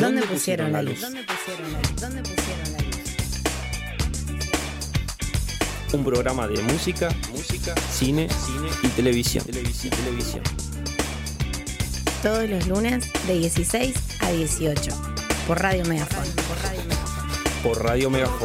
¿Dónde pusieron la luz? ¿Dónde pusieron la luz? ¿Dónde pusieron la luz? Un programa de música, cine y televisión. Todos los lunes de 16 a 18 por Radio Megafón. Por Radio Megafón.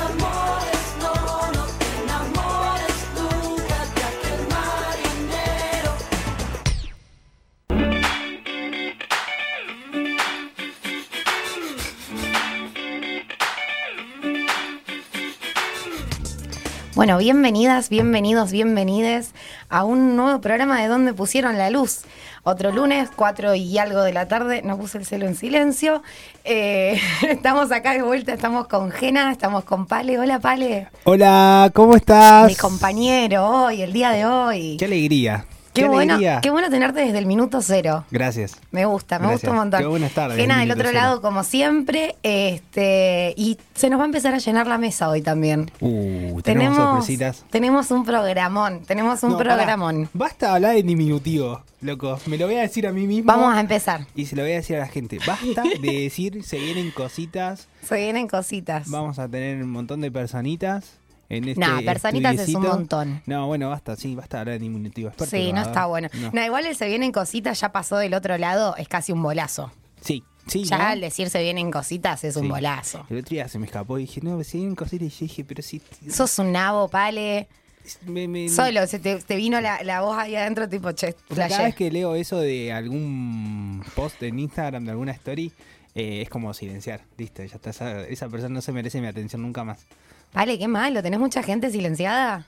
Bueno, bienvenidas, bienvenidos, bienvenides a un nuevo programa de ¿Dónde pusieron la luz? Otro lunes, 4 y algo de la tarde, no puse el celo en silencio. Estamos acá de vuelta, estamos con Gena, estamos con Pale. Hola, Pale. Hola, ¿cómo estás? Mi compañero hoy, el día de hoy. ¡Qué alegría! Qué bueno tenerte desde el minuto cero. Gracias. Me gusta un montón. Qué buenas tardes. Gena del otro lado, como siempre. Y se nos va a empezar a llenar la mesa hoy también. Tenemos sorpresitas. Tenemos un programón. Pará. Basta hablar en diminutivo, loco. Me lo voy a decir a mí mismo. Vamos a empezar. Y se lo voy a decir a la gente. Basta de decir se vienen cositas. Se vienen cositas. Vamos a tener un montón de personitas. Personitas es un montón. No, bueno, basta hablar en diminutivo. Sí, no está bueno. No, igual el se vienen cositas ya pasó del otro lado, es casi un bolazo. Sí, ya, ¿no? Al decir se vienen cositas es un bolazo. El otro día se me escapó y dije, no, se vienen cositas. Y yo dije, pero sí. Sos un nabo, Pale. Solo se te vino la voz ahí adentro, tipo, che, cada vez que leo eso de algún post en Instagram, de alguna story, es como silenciar. Listo, ya está. Esa persona no se merece mi atención nunca más. Vale, qué malo, ¿tenés mucha gente silenciada?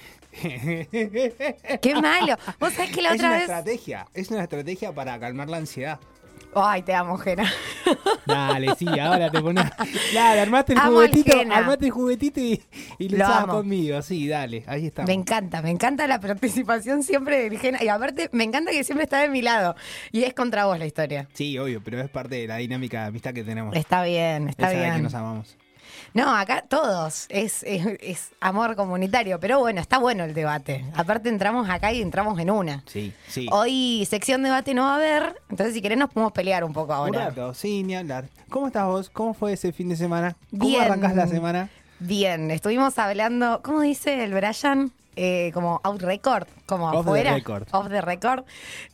¡Qué malo! ¿Vos sabés que la otra vez...? Es una estrategia para calmar la ansiedad. Ay, te amo, Gena. Dale, sí, ahora te pones... Dale, armaste el juguetito y lo usabas conmigo. Sí, dale, ahí está. Me encanta la participación siempre del Gena. Y aparte, me encanta que siempre está de mi lado. Y es contra vos la historia. Sí, obvio, pero es parte de la dinámica de amistad que tenemos. Está bien. Esa de que nos amamos. No, acá todos, es amor comunitario, pero bueno, está bueno el debate. Aparte entramos acá y entramos en una. Sí. Hoy sección debate no va a haber, entonces si querés nos podemos pelear un poco ahora. Un rato, sí, ni hablar. ¿Cómo estás vos? ¿Cómo fue ese fin de semana? ¿Cómo Bien, arrancás la semana? Bien, estuvimos hablando, ¿cómo dice el Brian? Como out record, como afuera. Off the record.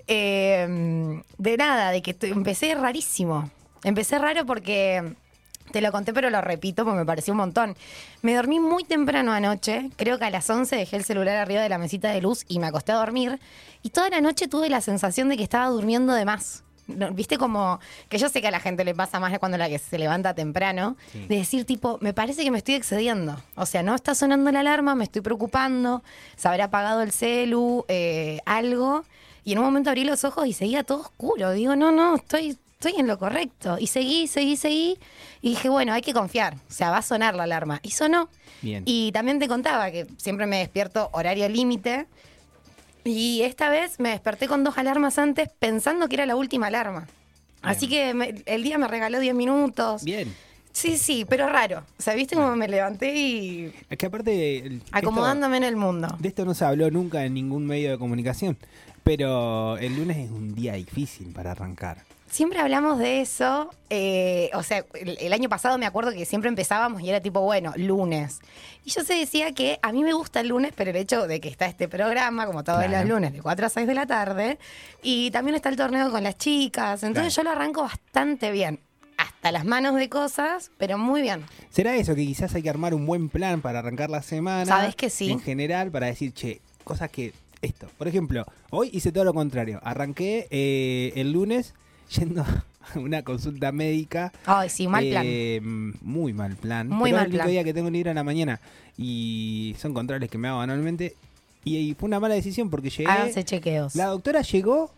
De nada, de que empecé rarísimo. Empecé raro porque... Te lo conté, pero lo repito porque me pareció un montón. Me dormí muy temprano anoche. Creo que a las 11 dejé el celular arriba de la mesita de luz y me acosté a dormir. Y toda la noche tuve la sensación de que estaba durmiendo de más. ¿Viste? Como que yo sé que a la gente le pasa más cuando la que se levanta temprano. Sí. De decir, tipo, me parece que me estoy excediendo. O sea, no está sonando la alarma, me estoy preocupando. Se habrá apagado el celu, algo. Y en un momento abrí los ojos y seguía todo oscuro. Digo, no, estoy en lo correcto. Y seguí. Y dije, bueno, hay que confiar. O sea, va a sonar la alarma. Y sonó. Bien. Y también te contaba que siempre me despierto horario límite. Y esta vez me desperté con 2 alarmas antes pensando que era la última alarma. Bien. Así que el día me regaló 10 minutos. Bien. Sí, pero raro. O sea, ¿viste cómo me levanté y... Es que aparte... acomodándome en el mundo. De esto no se habló nunca en ningún medio de comunicación. Pero el lunes es un día difícil para arrancar. Siempre hablamos de eso, o sea, el año pasado me acuerdo que siempre empezábamos y era tipo, bueno, lunes. Y yo se decía que a mí me gusta el lunes, pero el hecho de que está este programa, como todos los lunes, de 4 a 6 de la tarde, y también está el torneo con las chicas, entonces yo lo arranco bastante bien. Hasta las manos de cosas, pero muy bien. ¿Será eso, que quizás hay que armar un buen plan para arrancar la semana? ¿Sabes que sí? En general, para decir, cosas que... Esto, por ejemplo, hoy hice todo lo contrario. Arranqué el lunes... yendo a una consulta médica. Ay, sí, mal plan. Muy mal plan. Muy pero mal es el único plan. día que tengo libre en la mañana. Y son controles que me hago anualmente. Y fue una mala decisión porque llegué... Háganse chequeos. La doctora llegó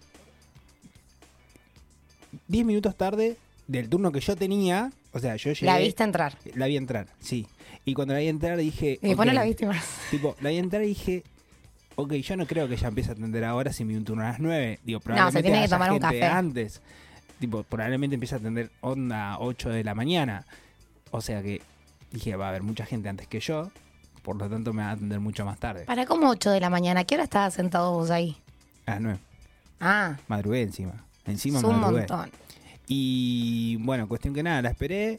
10 minutos tarde del turno que yo tenía. O sea, yo llegué... ¿La viste entrar? La vi entrar, sí. Y cuando la vi entrar dije... Y después no la viste más. Tipo, la vi entrar y dije... Ok, yo no creo que ella empiece a atender ahora si me dio un turno a las 9. Digo, probablemente se tiene que tomar un gente café antes. Tipo, probablemente empiece a atender onda 8 de la mañana. O sea que dije, va a haber mucha gente antes que yo. Por lo tanto, me va a atender mucho más tarde. ¿Para cómo 8 de la mañana? ¿A qué hora estabas sentado vos ahí? A las 9. Ah. Madrugué encima. Encima es un madrugué. montón. Y bueno, cuestión que nada, la esperé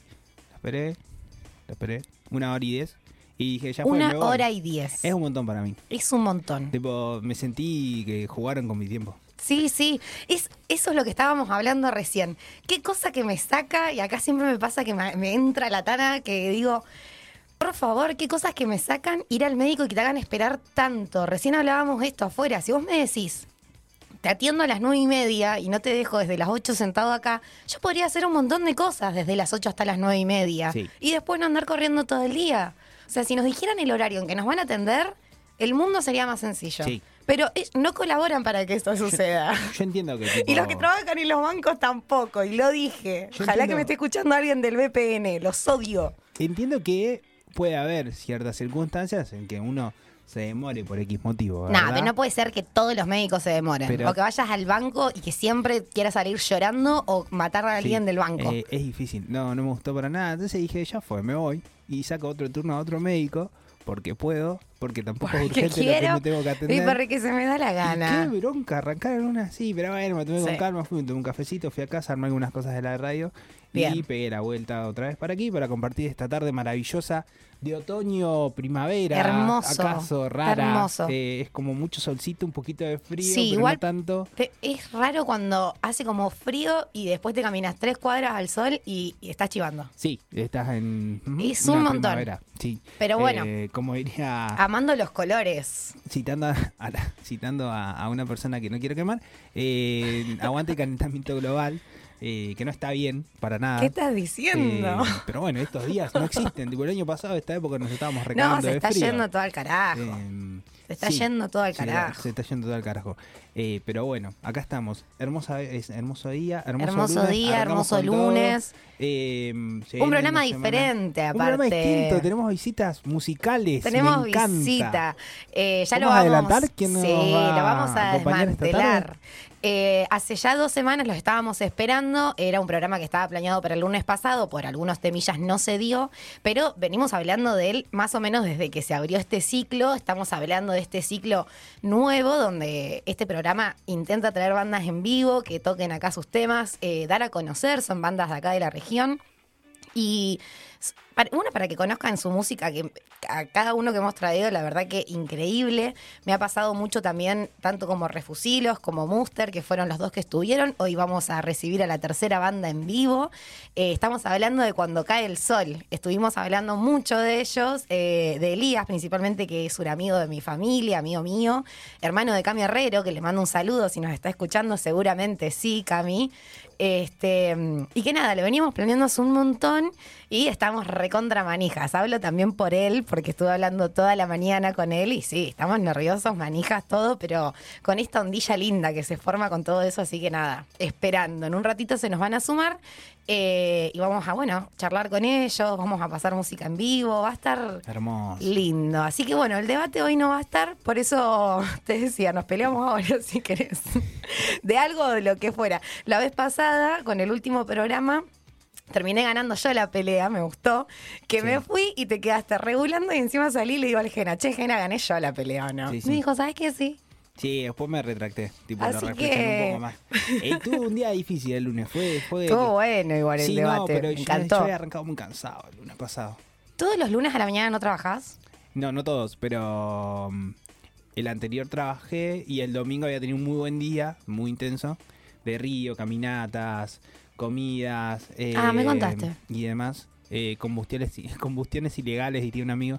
1h10 y dije, ya fue, me voy. 1h10. Es un montón para mí. Es un montón. Tipo, me sentí que jugaron con mi tiempo. Sí. Eso es lo que estábamos hablando recién. Qué cosa que me saca, y acá siempre me pasa que me entra la tana que digo, por favor, qué cosas que me sacan ir al médico y que te hagan esperar tanto. Recién hablábamos de esto afuera. Si vos me decís, te atiendo a las 9:30 y no te dejo desde las 8 sentado acá, yo podría hacer un montón de cosas desde las 8 hasta las 9:30. Sí. Y después no andar corriendo todo el día. O sea, si nos dijeran el horario en que nos van a atender, el mundo sería más sencillo. Sí. Pero no colaboran para que esto suceda. Yo entiendo que tipo... Y los que trabajan en los bancos tampoco, y lo dije. Ojalá que me esté escuchando alguien del VPN, los odio. Entiendo que puede haber ciertas circunstancias en que uno se demore por X motivo, ¿verdad? No, pero no puede ser que todos los médicos se demoren. Pero... o que vayas al banco y que siempre quieras salir llorando o matar a alguien del banco. Es difícil. No me gustó para nada. Entonces dije, ya fue, me voy. Y saco otro turno a otro médico. Porque puedo, porque tampoco es urgente lo que me tengo que atender. Y porque se me da la gana. Y qué bronca, arrancaron una así, pero bueno, me tomé con calma, me tomé un cafecito, fui a casa, armé algunas cosas de la radio. Bien. Y pegué la vuelta otra vez para aquí para compartir esta tarde maravillosa de otoño, primavera. Hermoso. ¿Acaso rara? Hermoso. Es como mucho solcito, un poquito de frío, sí, pero igual no tanto. Es raro cuando hace como frío y después te caminas 3 cuadras al sol y estás chivando. Sí, estás en es un montón. Primavera. Sí. Pero bueno, como diría... amando los colores. Citando a una persona que no quiero quemar, aguante el calentamiento global. Que no está bien para nada. ¿Qué estás diciendo? Pero bueno, estos días no existen. Tipo, el año pasado, esta época, nos estábamos recagando de frío. No, se está yendo todo al carajo. Se está yendo todo al carajo. Se está yendo todo al carajo. Pero bueno, acá estamos. Hermoso día, hermoso lunes. Un programa diferente, aparte. Un programa distinto. Tenemos visitas musicales. Tenemos visita. Ya lo vamos a adelantar. ¿Quién nos va lo vamos a desmantelar. Hace ya 2 semanas los estábamos esperando. Era un programa que estaba planeado para el lunes pasado. Por algunos temillas no se dio. Pero venimos hablando de él más o menos desde que se abrió este ciclo. Estamos hablando de este ciclo nuevo donde este programa intenta traer bandas en vivo que toquen acá sus temas, dar a conocer. Son bandas de acá de la región. Y para que conozcan su música, que a cada uno que hemos traído, la verdad que increíble. Me ha pasado mucho también, tanto como Refusilos, como Muster, que fueron los 2 que estuvieron. Hoy vamos a recibir a la tercera banda en vivo. Estamos hablando de Cuando cae el sol. Estuvimos hablando mucho de ellos, de Elías principalmente, que es un amigo de mi familia, amigo mío, hermano de Cami Herrero, que le mando un saludo si nos está escuchando, seguramente sí, Cami. Y que nada, lo veníamos planeando hace un montón y estamos recontra manijas. Hablo también por él, porque estuve hablando toda la mañana con él y sí, estamos nerviosos, manijas, todo, pero con esta ondilla linda que se forma con todo eso, así que nada, esperando. En un ratito se nos van a sumar y vamos a, charlar con ellos, vamos a pasar música en vivo, va a estar hermoso, lindo. Así que bueno, el debate hoy no va a estar, por eso te decía, nos peleamos ahora si querés, de algo o de lo que fuera. La vez pasada, con el último programa, terminé ganando yo la pelea, me gustó, que sí. Me fui y te quedaste regulando y encima salí y le digo al Gena, che, Gena, gané yo la pelea, ¿o no? Sí, sí. Me dijo, ¿sabes qué? Sí. Sí, después me retracté, tipo, así lo reflexioné un poco más. Tuve un día difícil el lunes, estuvo bueno igual el debate, no, pero me encantó. Yo había arrancado muy cansado el lunes pasado. ¿Todos los lunes a la mañana no trabajás? No todos, pero el anterior trabajé y el domingo había tenido un muy buen día, muy intenso, de río, caminatas, comidas. Me contaste. Y demás. Combustiones ilegales, diría un amigo.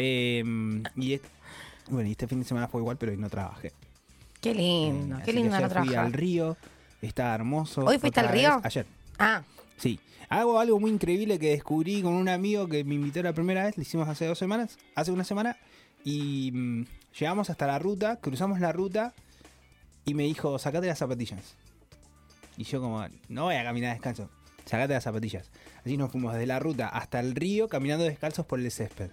Y este fin de semana fue igual, pero hoy no trabajé. Qué lindo, qué lindo no trabajar. Fui al río, estaba hermoso. ¿Hoy fuiste al río? Ayer. Ah. Sí. Hago algo muy increíble que descubrí con un amigo que me invitó la primera vez, lo hicimos hace una semana, y llegamos hasta la ruta, cruzamos la ruta, y me dijo, sacate las zapatillas. Y yo como, no voy a caminar descalzo, sacate las zapatillas. Así nos fuimos desde la ruta hasta el río caminando descalzos por el césped.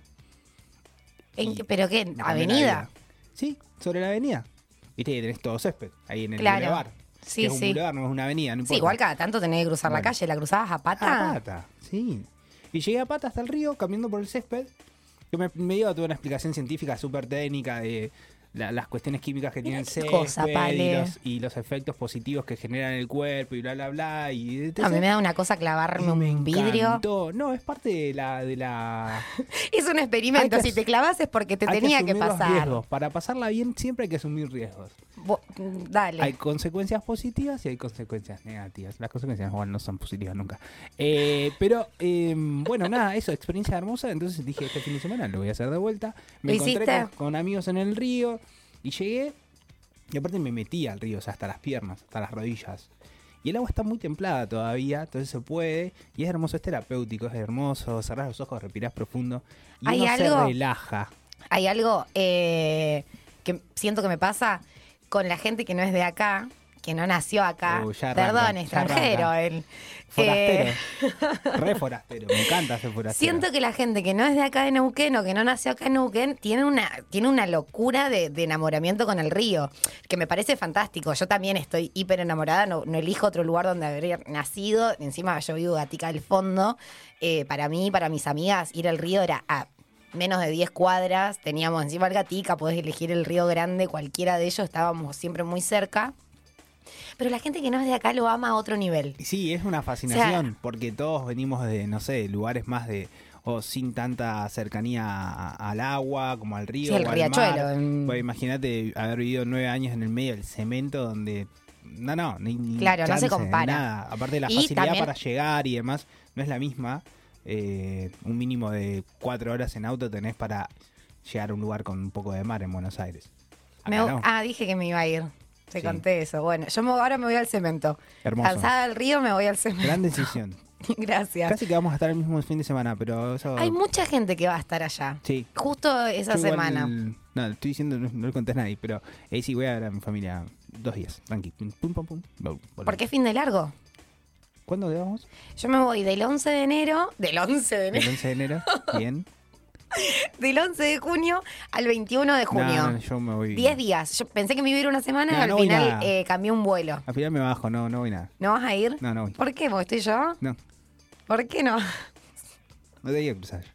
¿Pero qué? ¿Avenida? Sí, sobre la avenida. Viste que tenés todo césped, ahí en el claro. bulevar. Sí, que es un bulevar, no es una avenida, no importa. Sí, igual cada tanto tenés que cruzar la calle. ¿La cruzabas a pata? A pata, sí. Y llegué a pata hasta el río, caminando por el césped. Que me dio toda una explicación científica súper técnica de las cuestiones químicas que tiene el cosa, césped y los efectos positivos que generan el cuerpo y bla, bla, bla. Y a mí me da una cosa clavarme un vidrio. Encantó. No, es parte de la... Es un experimento. Si te clavas es porque te tenía que pasar. Riesgos. Para pasarla bien siempre hay que asumir riesgos. Dale. Hay consecuencias positivas y hay consecuencias negativas. Las consecuencias igual no son positivas nunca. Pero, bueno, nada, eso, experiencia hermosa. Entonces dije, este fin de semana lo voy a hacer de vuelta. Me encontré con amigos en el río y llegué. Y aparte me metí al río, o sea, hasta las piernas, hasta las rodillas. Y el agua está muy templada todavía, entonces se puede. Y es hermoso, es terapéutico, es hermoso. Cerrás los ojos, respirás profundo. Y uno se relaja. Hay algo que siento que me pasa con la gente que no es de acá, que no nació acá. Perdón, extranjero. Forastero. Re forastero. Me encanta ser forastero. Siento que la gente que no es de acá de Neuquén o que no nació acá en Neuquén tiene una locura de enamoramiento con el río, que me parece fantástico. Yo también estoy hiper enamorada, no elijo otro lugar donde haber nacido. Encima yo vivo Gatica del Fondo. Para mí, para mis amigas, ir al río era a menos de 10 cuadras. Teníamos encima el Gatica, podés elegir el río grande, cualquiera de ellos, estábamos siempre muy cerca. Pero la gente que no es de acá lo ama a otro nivel. Sí, es una fascinación, porque todos venimos de, no sé, lugares más de, o sin tanta cercanía al agua, como al río, sí, el o al riachuelo. mar. Pues imagínate haber vivido 9 años en el medio del cemento donde... ni claro, chance, no se compara. Nada. Aparte de la facilidad también para llegar y demás, no es la misma. Un mínimo de 4 horas en auto tenés para llegar a un lugar con un poco de mar en Buenos Aires. Dije que me iba a ir. Te conté eso. Bueno, ahora me voy al cemento. Hermoso. Calzada del río, me voy al cemento. Gran decisión. Gracias. Casi que vamos a estar el mismo fin de semana, pero eso... Hay mucha gente que va a estar allá. Sí. Justo esa semana. No, estoy diciendo, no le conté a nadie, pero sí voy a ver a mi familia 2 días. Tranqui. Pum, pum, pum. ¿Por qué fin de largo? ¿Cuándo vamos? Yo me voy del 11 de enero. ¿Del 11 de enero? Del 11 de enero, bien. Del 11 de junio al 21 de junio. No, yo me voy. 10 días. Yo pensé que me iba a ir una semana y al final cambié un vuelo. Al final me bajo, no voy nada. ¿No vas a ir? No voy. ¿Por qué? ¿Porque estoy yo? No. ¿Por qué no? No te iba a cruzar.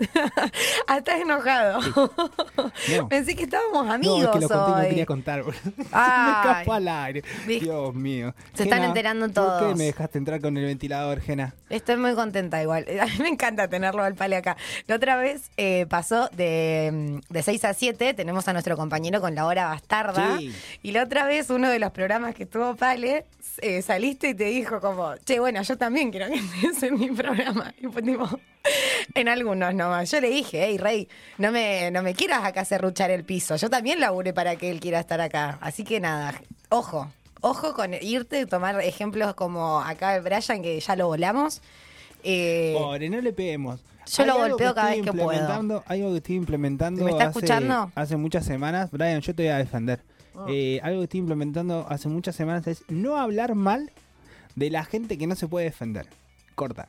Estás enojado. Sí. No. Pensé que estábamos amigos. No, es que lo conté y no hoy. quería contar. Se me escapó al aire. Dios mío. Se están enterando todos. ¿Por qué me dejaste entrar con el ventilador, Gena? Estoy muy contenta igual. A mí me encanta tenerlo al Pale acá. La otra vez pasó de 6 a 7. Tenemos a nuestro compañero con la hora bastarda. Sí. Y la otra vez, uno de los programas que estuvo Pale, saliste y te dijo como, che, bueno, yo también quiero que estés en mi programa. Y fue tipo... En algunos nomás. Yo le dije, hey, Rey, no me quieras acá serruchar el piso. Yo también laburé para que él quiera estar acá. Así que nada, ojo con irte, tomar ejemplos como acá el Brian, que ya lo volamos. Pobre, no le peguemos. Yo lo golpeo cada vez que puedo. Algo que estoy implementando. ¿Me está escuchando? Hace muchas semanas. Brian, yo te voy a defender. Algo que estoy implementando hace muchas semanas es no hablar mal de la gente que no se puede defender. Corta.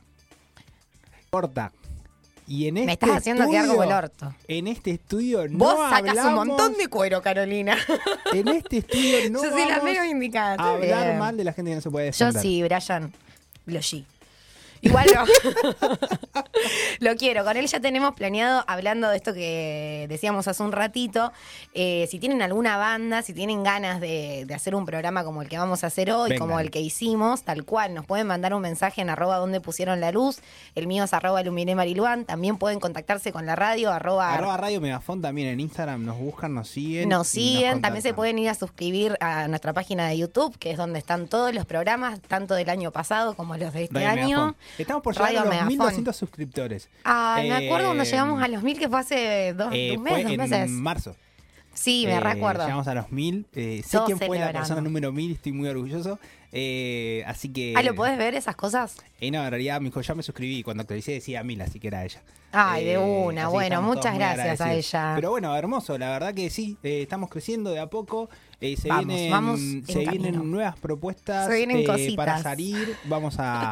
Y en me estás haciendo quedar como el orto. En este estudio no vos sacas un montón de cuero, Carolina. En este estudio no yo soy la menos indicada. Hablar mal de la gente que no se puede defender. Yo sí, Brian. Lo sí. Igual no. Lo quiero. Con él ya tenemos planeado, hablando de esto que decíamos hace un ratito, si tienen alguna banda, si tienen ganas de hacer un programa como el que vamos a hacer hoy, vengan, como el que hicimos, tal cual, nos pueden mandar un mensaje en @donde pusieron la luz. El mío es @luminemariluán. También pueden contactarse con la radio, Radio Megafon también en Instagram. Nos buscan, nos siguen. También se pueden ir a suscribir a nuestra página de YouTube, que es donde están todos los programas, tanto del año pasado como los de este Radio año. Megafon. Estamos por llegar a los 1.200 suscriptores. Me acuerdo cuando llegamos a los 1.000, que fue hace dos meses. En marzo. Sí, me recuerdo. Llegamos a los 1.000. Sé quién fue la persona número 1.000, estoy muy orgulloso. Así que... ¿Lo podés ver esas cosas? No, en realidad me dijo, ya me suscribí. Cuando actualicé decía 1.000, así que era ella. Ay, de una. Bueno, muchas gracias a ella. Pero bueno, hermoso, la verdad que sí. Estamos creciendo de a poco. Se vienen nuevas propuestas se vienen cositas para salir. Vamos a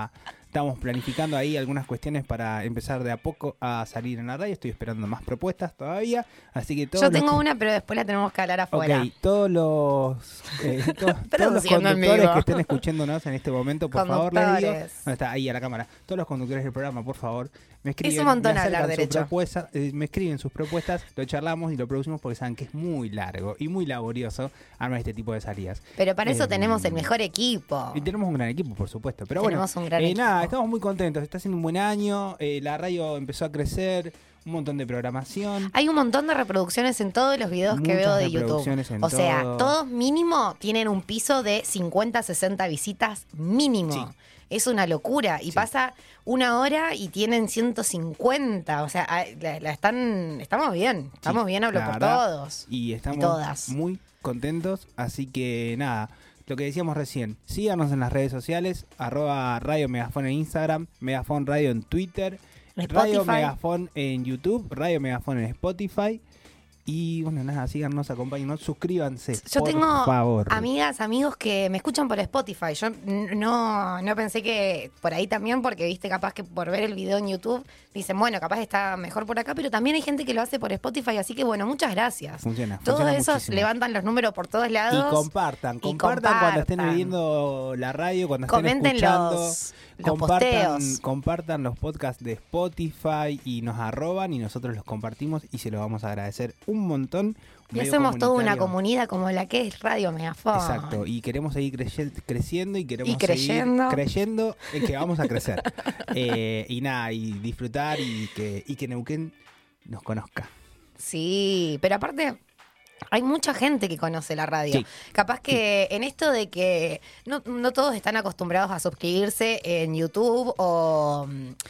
Estamos planificando ahí algunas cuestiones para empezar de a poco a salir en la radio. Estoy esperando más propuestas todavía. Así que yo tengo una, pero después la tenemos que hablar afuera. Ok, todos los conductores que estén escuchándonos en este momento, por favor, les digo. ¿Dónde está? Ahí a la cámara. Todos los conductores del programa, por favor, me escriben. Es un montón hablar derecho. Me escriben sus propuestas, lo charlamos y lo producimos porque saben que es muy largo y muy laborioso armar este tipo de salidas. Pero para eso tenemos el mejor equipo. Y tenemos un gran equipo, por supuesto. Pero tenemos un gran equipo. Nada, estamos muy contentos. Está siendo un buen año. La radio empezó a crecer. Un montón de programación. Hay un montón de reproducciones en todos los videos que veo de YouTube. O sea, todos mínimo tienen un piso de 50, 60 visitas mínimo. Sí. Es una locura. Y pasa una hora y tienen 150. O sea, estamos bien. Estamos bien, hablo por todos. Y estamos muy contentos. Así que nada, lo que decíamos recién. Síganos en las redes sociales. @Radio Megafon en Instagram. Megafon Radio en Twitter. Spotify. Radio Megafon en YouTube, Radio Megafon en Spotify. Y bueno, nada, síganos, acompáñennos, suscríbanse. Yo tengo favor. amigos que me escuchan por Spotify. Yo no pensé que por ahí también, porque viste, capaz que por ver el video en YouTube dicen, bueno, capaz está mejor por acá, pero también hay gente que lo hace por Spotify, así que bueno, muchas gracias. Funciona Todos esos muchísimo. Levantan los números por todos lados. Y compartan cuando estén viendo la radio, cuando comenten estén escuchando. Los posteos. Compartan los podcasts de Spotify y nos @, y nosotros los compartimos y se los vamos a agradecer un montón. Y hacemos toda una comunidad como la que es Radio Megafon. Exacto, y queremos seguir creciendo y queremos seguir creyendo en que vamos a crecer. Y nada, y disfrutar y que Neuquén nos conozca. Sí, pero aparte hay mucha gente que conoce la radio. Sí. Capaz que en esto de que no todos están acostumbrados a suscribirse en YouTube o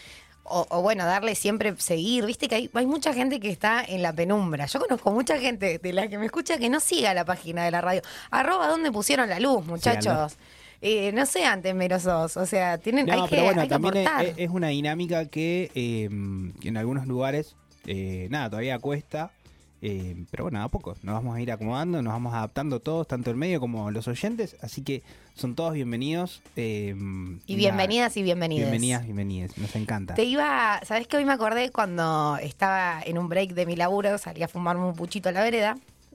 bueno, darle siempre seguir. Viste que hay mucha gente que está en la penumbra. Yo conozco mucha gente de la que me escucha que no siga la página de la radio. @donde pusieron la luz, muchachos. No sean temerosos. O sea, hay que aportar. Es una dinámica que en algunos lugares todavía cuesta. Pero bueno, a poco nos vamos a ir acomodando, nos vamos adaptando todos, tanto el medio como los oyentes, así que son todos bienvenidos. Y bienvenidas y bienvenidos. Bienvenidas, nos encanta. ¿Sabés qué? Hoy me acordé cuando estaba en un break de mi laburo, salí a fumarme un puchito a la vereda.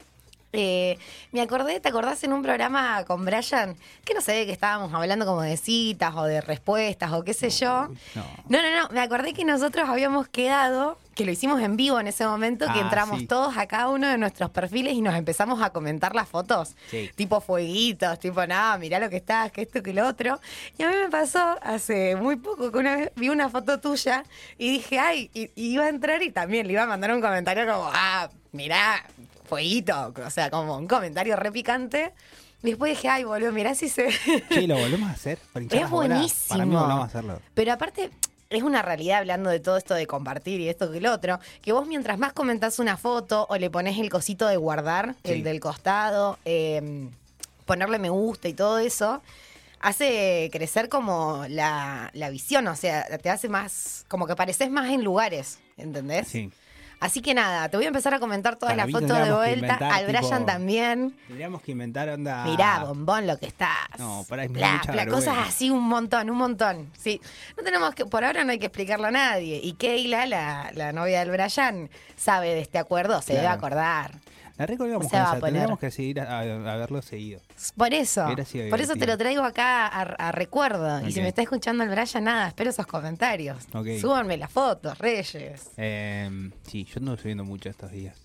Me acordé, ¿te acordás en un programa con Brian? Que no sé, que estábamos hablando como de citas o de respuestas o qué sé yo. No, me acordé que nosotros habíamos quedado, que lo hicimos en vivo en ese momento, que entramos todos a cada uno de nuestros perfiles y nos empezamos a comentar las fotos. Sí. Tipo fueguitos, tipo, nada, mirá lo que estás, que esto, que lo otro. Y a mí me pasó hace muy poco que una vez vi una foto tuya y dije, y iba a entrar y también le iba a mandar un comentario como, mirá, fueguito, o sea, como un comentario re picante. Y después dije, boludo, mirá si se... Sí, lo volvemos a hacer. Es buenísimo. Para mí volvamos a hacerlo. Pero aparte, es una realidad, hablando de todo esto de compartir y esto que el otro, que vos mientras más comentás una foto o le ponés el cosito de guardar, el del costado, ponerle me gusta y todo eso, hace crecer como la visión, o sea, te hace más, como que pareces más en lugares, ¿entendés? Sí. Así que nada, te voy a empezar a comentar todas las fotos de vuelta. Al Brian también. Tendríamos que inventar onda. Mirá, bombón, lo que estás. No, para mucha cosas así, un montón. Sí. No tenemos que, por ahora no hay que explicarlo a nadie. Y Keila, la novia del Brian, sabe de este acuerdo, se debe acordar. La recordamos con esa, tendríamos que seguir a verlo seguido. Por eso te lo traigo acá a recuerdo. Okay. Y si me está escuchando el Brian, nada, espero esos comentarios. Okay. Súbanme las fotos, Reyes. Sí, yo no subiendo mucho estos días.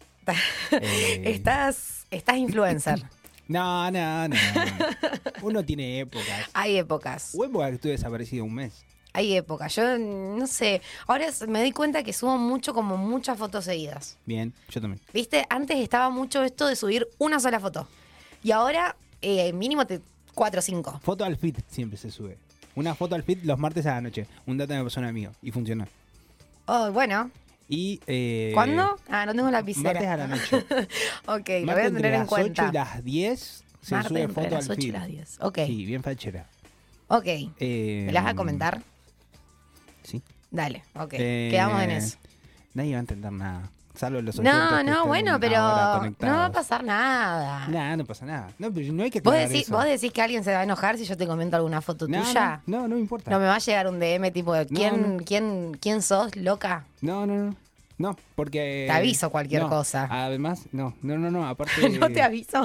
Estás influencer. No. Uno tiene épocas. Hay épocas. O épocas que estuve desaparecido un mes. Hay épocas, yo no sé. Ahora me doy cuenta que subo muchas fotos seguidas. Bien, yo también. ¿Viste? Antes estaba mucho esto de subir una sola foto. Y ahora, mínimo 4 o 5. Foto al feed siempre se sube. Una foto al feed los martes a la noche. Un dato me pasó un amigo y funcionó. Oh, bueno. Y, ¿cuándo? No tengo lapicera. Martes a la noche. Ok, lo voy a tener en cuenta. Martes entre las 8 y las 10 se martes sube foto las al 8 feed. Y las 10. Ok. Sí, bien fachera. Ok. ¿Me las vas a comentar? Sí. Dale, ok. Quedamos en eso. Nadie va a entender nada. salvo los oyentes. No, bueno, pero no va a pasar nada. No pasa nada. No, pero no hay que ¿Vos aclarar decís, eso. ¿Vos decís que alguien se va a enojar si yo te comento alguna foto tuya? No me importa. No me va a llegar un DM tipo, ¿quién sos, loca? No, porque... Te aviso cualquier cosa. Además, no, aparte... No te aviso.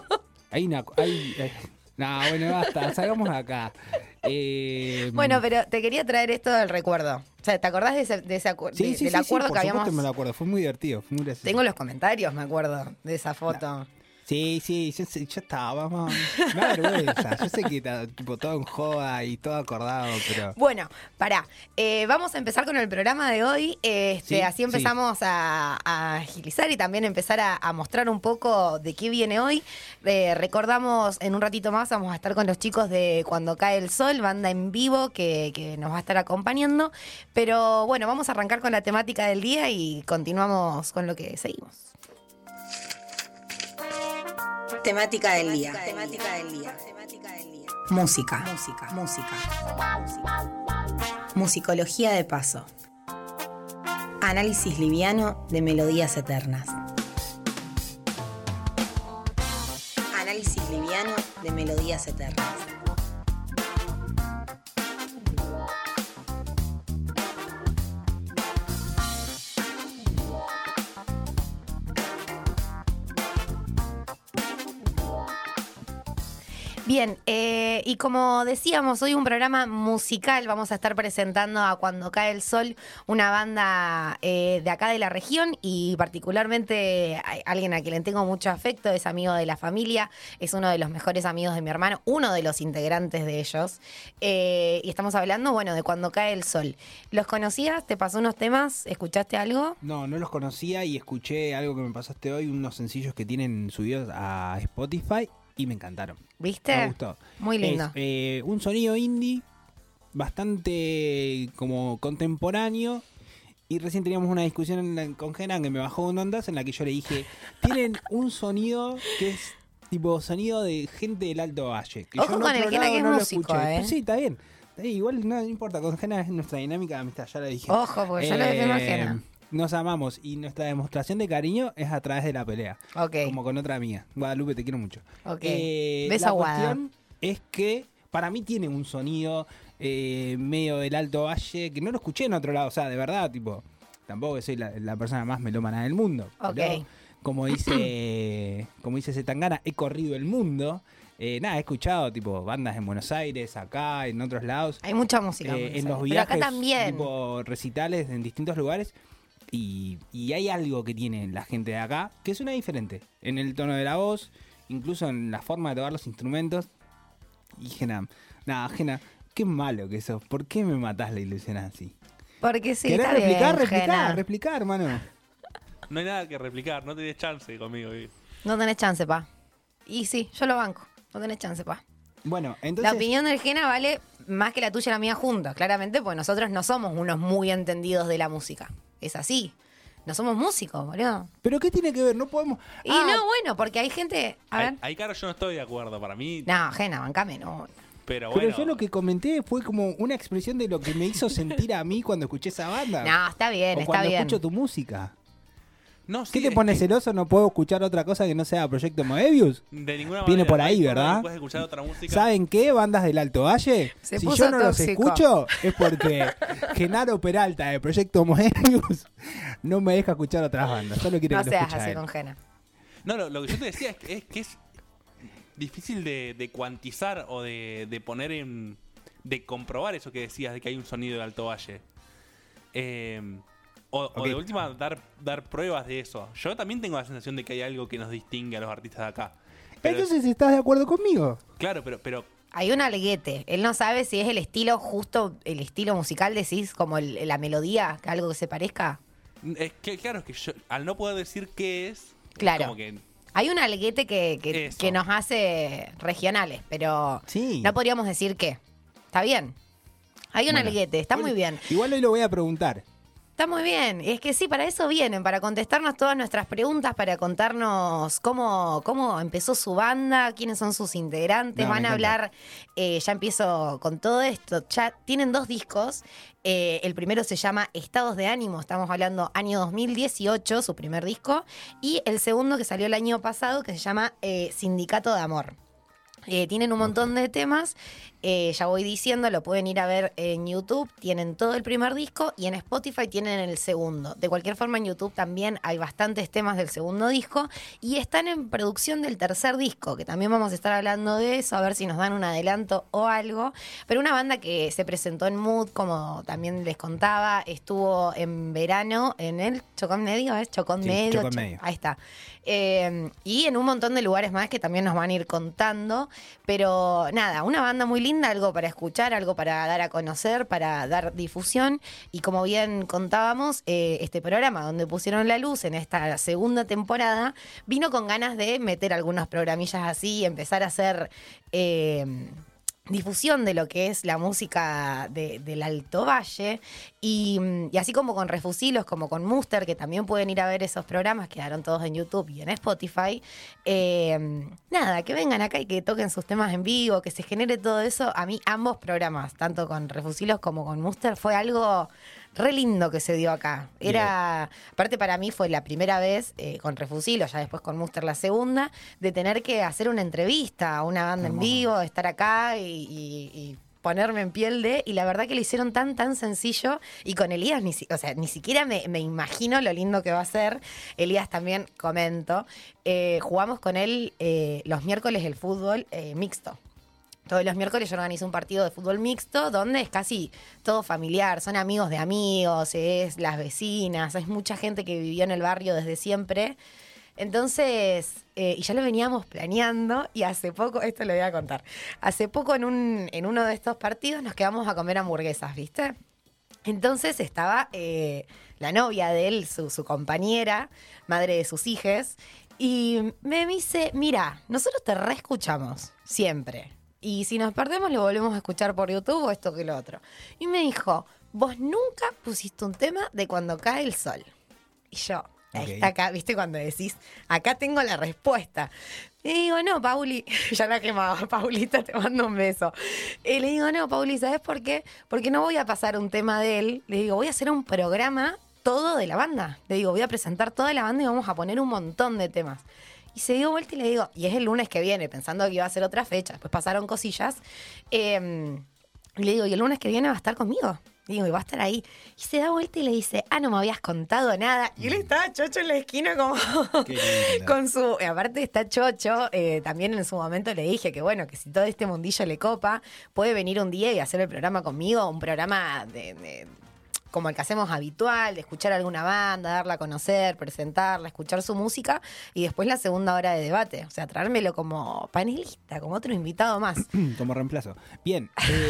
No, bueno, basta, salgamos de acá. Bueno, pero te quería traer esto del recuerdo. O sea, ¿te acordás de ese acuerdo? Sí, del acuerdo que habíamos... Sí, me lo acuerdo, fue muy divertido, fue muy gracioso. Tengo los comentarios, me acuerdo, de esa foto. Sí, ya estaba, vamos. Me da vergüenza. Yo sé que está tipo, todo en joda y todo acordado, pero... Bueno, pará. Vamos a empezar con el programa de hoy. Así empezamos a agilizar y también empezar a mostrar un poco de qué viene hoy. Recordamos, en un ratito más vamos a estar con los chicos de Cuando Cae el Sol, banda en vivo que nos va a estar acompañando. Pero bueno, vamos a arrancar con la temática del día y continuamos con lo que seguimos. Temática del día. Música. Musicología de paso. Análisis liviano de melodías eternas. Análisis liviano de melodías eternas. Bien, y como decíamos, hoy un programa musical. Vamos a estar presentando a Cuando Cae el Sol, una banda de acá de la región y particularmente alguien a quien le tengo mucho afecto, es amigo de la familia, es uno de los mejores amigos de mi hermano, uno de los integrantes de ellos. Y estamos hablando, bueno, de Cuando Cae el Sol. ¿Los conocías? ¿Te pasó unos temas? ¿Escuchaste algo? No los conocía y escuché algo que me pasaste hoy, unos sencillos que tienen subidos a Spotify. Y me encantaron. ¿Viste? Me gustó. Muy lindo. Es un sonido indie, bastante como contemporáneo. Y recién teníamos una discusión con Genan que me bajó un ondas en la que yo le dije, tienen un sonido que es tipo sonido de gente del Alto Valle. Que Ojo yo con el Genan que es músico, Pues sí, está bien. Igual no importa, con Genan es nuestra dinámica de amistad, ya lo dije. Ojo, porque yo lo defiendo a Genan. Nos amamos y nuestra demostración de cariño es a través de la pelea. Okay. Como con otra amiga. Guadalupe, te quiero mucho. Okay. La cuestión es que para mí tiene un sonido medio del Alto Valle que no lo escuché en otro lado. O sea, de verdad, tipo, tampoco que soy la persona más melómana del mundo. Okay. Pero, como dice Zetangana, he corrido el mundo. He escuchado tipo bandas en Buenos Aires, acá, en otros lados. Hay mucha música. En los viajes, pero acá también. Tipo recitales en distintos lugares. Y hay algo que tiene la gente de acá que suena diferente. En el tono de la voz, incluso en la forma de tocar los instrumentos. Y Gena, qué malo que sos. ¿Por qué me matás la ilusión así? Porque sí, ¿querés replicar, hermano? No hay nada que replicar, no tenés chance conmigo. No tenés chance, pa. Y sí, yo lo banco. No tenés chance, pa. Bueno, entonces... La opinión del Gena vale más que la tuya y la mía juntas, claramente, porque nosotros no somos unos muy entendidos de la música. Es así. No somos músicos, boludo. ¿Pero qué tiene que ver? No podemos... Y no, bueno, porque hay gente... A ver. Ahí, claro, yo no estoy de acuerdo. Para mí... No, Gena, bancame, no. Pero bueno... yo lo que comenté fue como una expresión de lo que me hizo sentir a mí cuando escuché esa banda. No, está bien, está cuando bien. escucho tu música. No, sí, ¿Qué te pone celoso? ¿No puedo escuchar otra cosa que no sea Proyecto Moebius? De ninguna manera. Viene por ahí, ¿verdad? Puedes escuchar otra música. ¿Saben qué? Bandas del Alto Valle. Si yo no los escucho, es porque Genaro Peralta de Proyecto Moebius no me deja escuchar otras bandas. Solo quiere no que lo escuche seas así él. con Gena. No, lo que yo te decía es que es difícil de cuantizar o de poner en... de comprobar eso que decías de que hay un sonido de Alto Valle. O de última, dar pruebas de eso. Yo también tengo la sensación de que hay algo que nos distingue a los artistas de acá. Pero entonces, ¿estás de acuerdo conmigo? Claro, pero hay un aleguete. Él no sabe si es el estilo justo, el estilo musical, decís, como la melodía, algo que se parezca. Es que, claro, es que yo, al no poder decir qué es... Claro. Como que hay un aleguete que nos hace regionales, pero sí. No podríamos decir qué. Está bien. Hay un aleguete, está muy bien. Igual hoy lo voy a preguntar. Está muy bien. Es que sí, para eso vienen, para contestarnos todas nuestras preguntas, para contarnos cómo empezó su banda, quiénes son sus integrantes. Van a hablar, ya empiezo con todo esto. Ya tienen 2 discos. El primero se llama Estados de Ánimo, estamos hablando año 2018, su primer disco. Y el segundo que salió el año pasado, que se llama Sindicato de Amor. Tienen un montón de temas, ya voy diciendo, lo pueden ir a ver en YouTube, tienen todo el primer disco y en Spotify tienen el segundo. De cualquier forma en YouTube también hay bastantes temas del segundo disco y están en producción del tercer disco, que también vamos a estar hablando de eso, a ver si nos dan un adelanto o algo. Pero una banda que se presentó en Mood, como también les contaba, estuvo en verano en el Chocón Medio, ¿es? Chocón Medio. Chocón Medio. Ahí está. Y en un montón de lugares más que también nos van a ir contando. Pero nada, una banda muy linda, algo para escuchar, algo para dar a conocer, para dar difusión. Y como bien contábamos, este programa donde pusieron la luz en esta segunda temporada vino con ganas de meter algunos programillas así y empezar a hacer difusión de lo que es la música del Alto Valle y así como con Refusilos, como con Muster, que también pueden ir a ver esos programas, quedaron todos en YouTube y en Spotify. Nada, que vengan acá y que toquen sus temas en vivo, que se genere todo eso. A mí ambos programas, tanto con Refusilos como con Muster, fue algo re lindo que se dio acá. Era, aparte para mí fue la primera vez con Refusilos, ya después con Muster la segunda, de tener que hacer una entrevista a una banda en vivo, estar acá y ponerme en piel de, y la verdad que lo hicieron tan sencillo, y con Elías ni siquiera me imagino lo lindo que va a ser. Elías también comento, jugamos con él los miércoles el fútbol mixto. Todos los miércoles yo organizo un partido de fútbol mixto donde es casi todo familiar, son amigos de amigos, es las vecinas, es mucha gente que vivió en el barrio desde siempre. Entonces, y ya lo veníamos planeando y hace poco, esto lo voy a contar, hace poco en uno de estos partidos nos quedamos a comer hamburguesas, ¿viste? Entonces estaba la novia de él, su compañera, madre de sus hijes, y me dice, mira, nosotros te reescuchamos siempre. Y si nos perdemos, lo volvemos a escuchar por YouTube o esto que lo otro. Y me dijo, vos nunca pusiste un tema de Cuando cae el sol. Y yo, está acá, ¿viste? Cuando decís, acá tengo la respuesta. Y digo, no, Pauli, ya la quemaba, Paulita, te mando un beso. Y le digo, no, Pauli, ¿sabes por qué? Porque no voy a pasar un tema de él. Le digo, voy a hacer un programa todo de la banda. Le digo, voy a presentar toda la banda y vamos a poner un montón de temas. Y se dio vuelta y le digo, y es el lunes que viene, pensando que iba a ser otra fecha, después pasaron cosillas, y le digo, y el lunes que viene va a estar conmigo. Digo, y va a estar ahí. Y se da vuelta y le dice, no me habías contado nada. Y él estaba chocho en la esquina como con su... aparte está chocho, también en su momento le dije que bueno, que si todo este mundillo le copa, puede venir un día y hacer el programa conmigo, un programa como el que hacemos habitual, de escuchar alguna banda, darla a conocer, presentarla, escuchar su música y después la segunda hora de debate. O sea, traérmelo como panelista, como otro invitado más. Como reemplazo. Bien.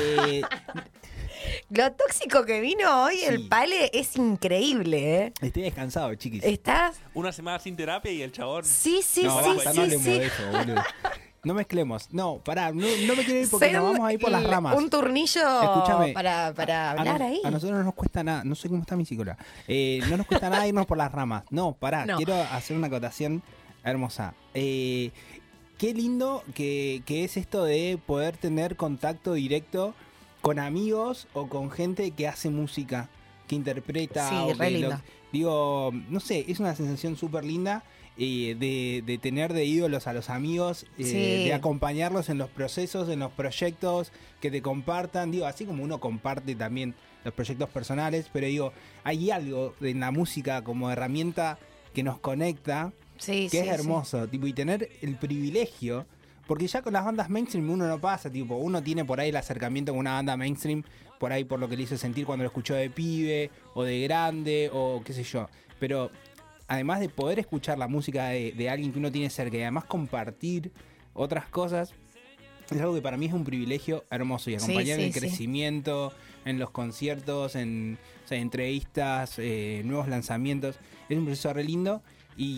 Lo tóxico que vino hoy, sí. El Pale, es increíble, ¿eh? Estoy descansado, chiquis. ¿Estás? Una semana sin terapia y el chabón... Sí. No hablemos de eso, boludo. No mezclemos. No, pará, no me quiero ir porque nos vamos a ir por las ramas. Un turnillo. Escúchame, para hablar ahí. A nosotros no nos cuesta nada. No sé cómo está mi psicóloga. No nos cuesta nada irnos por las ramas. No, pará. No. Quiero hacer una acotación hermosa. Qué lindo que es esto de poder tener contacto directo con amigos o con gente que hace música, que interpreta. Sí, re lindo. Digo, no sé, es una sensación súper linda. De tener de ídolos a los amigos, de acompañarlos en los procesos, en los proyectos, que te compartan, digo, así como uno comparte también los proyectos personales, pero digo, hay algo en la música como herramienta que nos conecta, que es hermoso, tipo, y tener el privilegio, porque ya con las bandas mainstream uno no pasa, tipo, uno tiene por ahí el acercamiento con una banda mainstream, por ahí por lo que le hizo sentir cuando lo escuchó de pibe, o de grande, o qué sé yo, pero... Además de poder escuchar la música de alguien que uno tiene cerca y además compartir otras cosas, es algo que para mí es un privilegio hermoso y acompañar el crecimiento en los conciertos, en entrevistas, nuevos lanzamientos. Es un proceso re lindo y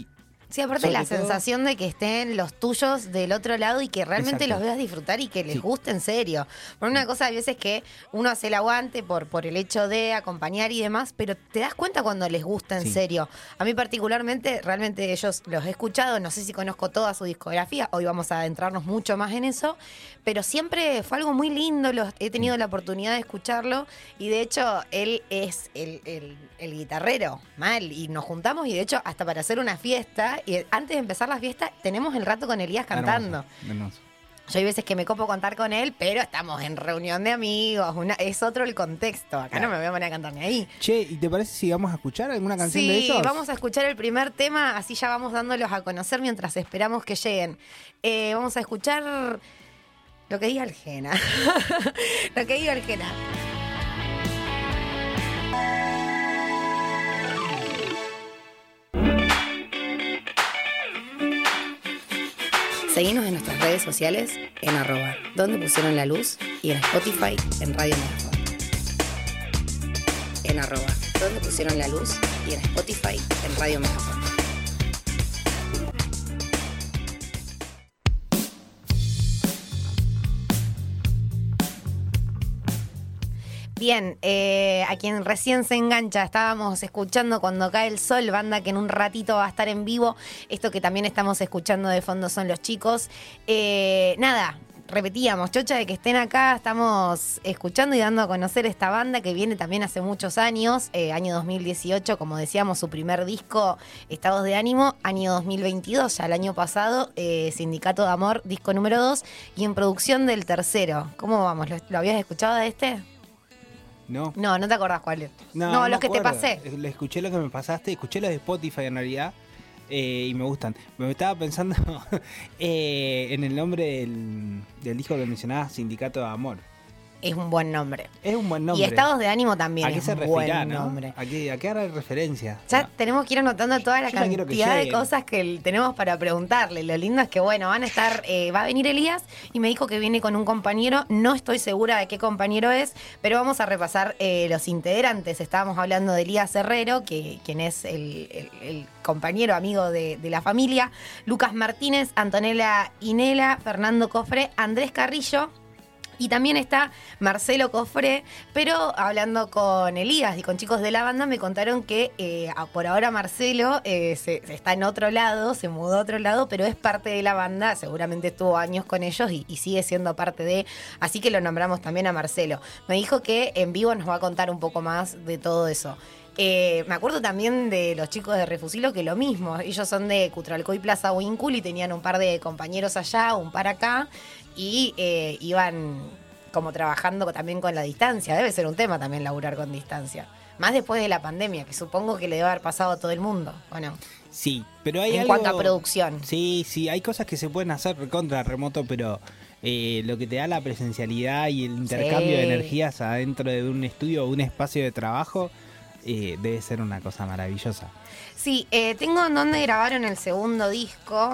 Sí, aparte la sensación de que estén los tuyos del otro lado y que realmente los veas disfrutar y que les guste en serio. Por una cosa, hay veces que uno hace el aguante por el hecho de acompañar y demás, pero te das cuenta cuando les gusta en serio. A mí particularmente, realmente ellos los he escuchado, no sé si conozco toda su discografía, hoy vamos a adentrarnos mucho más en eso, pero siempre fue algo muy lindo, he tenido la oportunidad de escucharlo y de hecho él es el guitarrero, mal, y nos juntamos y de hecho hasta para hacer una fiesta, y antes de empezar la fiesta tenemos el rato con Elías cantando. Hermoso. Yo hay veces que me copo contar con él, pero estamos en reunión de amigos, es otro el contexto, acá no me voy a poner a cantar ni ahí. Che, ¿y te parece si vamos a escuchar alguna canción de ellos? Sí, vamos a escuchar el primer tema, así ya vamos dándolos a conocer mientras esperamos que lleguen. Vamos a escuchar lo que diga el Jena. Lo que diga el Jena. Seguinos en nuestras redes sociales en @donde pusieron la luz y en Spotify en Radio Megafon. En @donde pusieron la luz y en Spotify en Radio Megafon. Bien, a quien recién se engancha, estábamos escuchando Cuando cae el sol, banda que en un ratito va a estar en vivo. Esto que también estamos escuchando de fondo son los chicos. Nada, repetíamos, chocha de que estén acá, estamos escuchando y dando a conocer esta banda que viene también hace muchos años, año 2018, como decíamos, su primer disco, Estados de Ánimo, año 2022, ya el año pasado, Sindicato de Amor, disco número 2, y en producción del tercero. ¿Cómo vamos? ¿Lo habías escuchado de este? No. No te acordás cuál es. No, los que te acuerdo. pasé. Le escuché lo que me pasaste, escuché los de Spotify en realidad y me gustan. Me estaba pensando en el nombre del disco que mencionabas, Sindicato de Amor. Es un buen nombre. Es un buen nombre. Y Estados de Ánimo también ¿A qué es se un referirá, buen no? nombre. ¿A qué hará referencia? Ya tenemos que ir anotando toda la cantidad de cosas que tenemos para preguntarle. Lo lindo es que, bueno, van a estar, va a venir Elías y me dijo que viene con un compañero. No estoy segura de qué compañero es, pero vamos a repasar los integrantes. Estábamos hablando de Elías Herrero, quien es el compañero, amigo de la familia. Lucas Martínez, Antonella Inela, Fernando Cofré, Andrés Carrillo. Y también está Marcelo Cofré, pero hablando con Elías y con chicos de la banda me contaron que por ahora Marcelo está en otro lado, se mudó a otro lado, pero es parte de la banda, seguramente estuvo años con ellos y sigue siendo parte de, así que lo nombramos también a Marcelo. Me dijo que en vivo nos va a contar un poco más de todo eso. Me acuerdo también de los chicos de Refusilo que lo mismo, ellos son de Cutralcó y Plaza Huíncul y tenían un par de compañeros allá, un par acá, y iban como trabajando también con la distancia. Debe ser un tema también laburar con distancia. Más después de la pandemia, que supongo que le debe haber pasado a todo el mundo, ¿o no? Sí, pero hay en algo... cuanto a producción. Sí, hay cosas que se pueden hacer contra remoto, pero lo que te da la presencialidad y el intercambio de energías adentro de un estudio o un espacio de trabajo debe ser una cosa maravillosa. Sí, tengo en donde grabaron el segundo disco.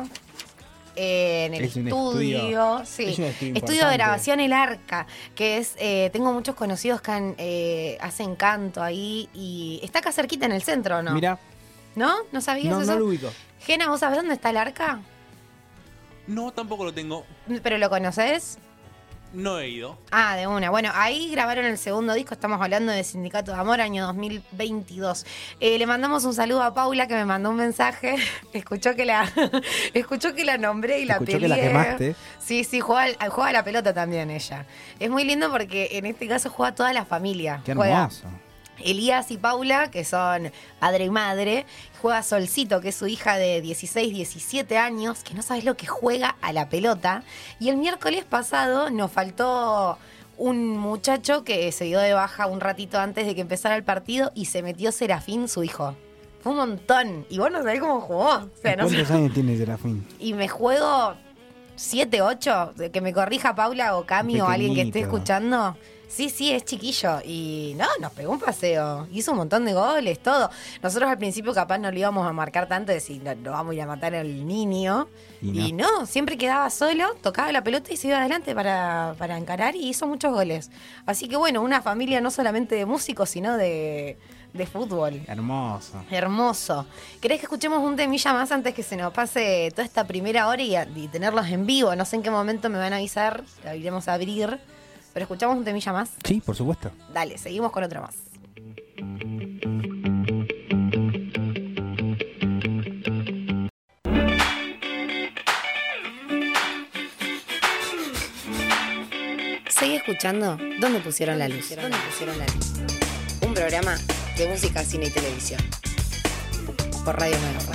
En el estudio, sí. Estudio de grabación El Arca, que es, tengo muchos conocidos que hacen canto ahí y está acá cerquita en el centro, ¿no? Mira. ¿No? ¿No sabías eso? No lo ubico. Gena, ¿vos sabés dónde está El Arca? No, tampoco lo tengo. ¿Pero lo conoces? No he ido. Ah, de una. Bueno, ahí grabaron el segundo disco, estamos hablando de Sindicato de Amor, año 2022. Le mandamos un saludo a Paula, que me mandó un mensaje. Escuchó que la nombré y la peleé. Que la quemaste. Sí, juega a la pelota también ella. Es muy lindo porque en este caso juega toda la familia. Qué hermoso. Elías y Paula, que son padre y madre. Juega Solcito, que es su hija de 16, 17 años, que no sabes lo que juega a la pelota. Y el miércoles pasado nos faltó un muchacho que se dio de baja un ratito antes de que empezara el partido y se metió Serafín, su hijo. Fue un montón. Y vos no sabés cómo jugó. O sea, ¿Cuántos años tiene Serafín? Y me juego 7, 8. Que me corrija Paula o Cami o alguien que esté escuchando. Sí, es chiquillo. Y no, nos pegó un paseo. Hizo un montón de goles, todo. Nosotros al principio capaz no le íbamos a marcar tanto, de decir, no vamos a ir a matar al niño. Y no, siempre quedaba solo, tocaba la pelota y se iba adelante para encarar y hizo muchos goles. Así que bueno, una familia no solamente de músicos, sino de fútbol. Hermoso. ¿Querés que escuchemos un temilla más antes que se nos pase toda esta primera hora y tenerlos en vivo? No sé en qué momento me van a avisar, la iremos a abrir. ¿Pero escuchamos un temilla más? Sí, por supuesto. Dale, seguimos con otro más. Seguí escuchando ¿Dónde pusieron la luz? Un programa de música, cine y televisión. Por Radio Menos.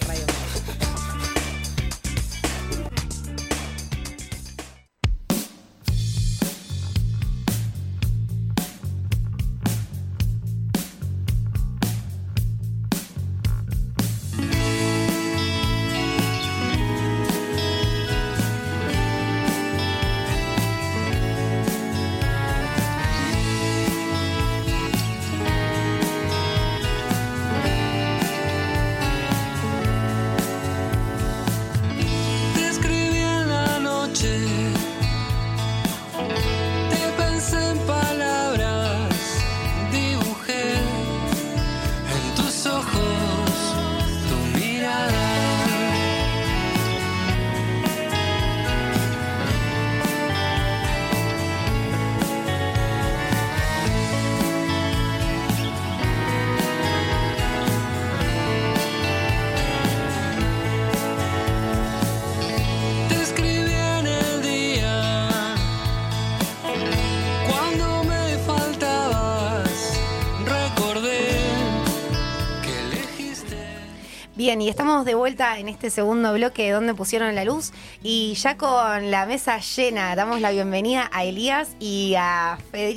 Bien, y estamos de vuelta en este segundo bloque de Donde Pusieron la Luz y ya con la mesa llena damos la bienvenida a Elías y a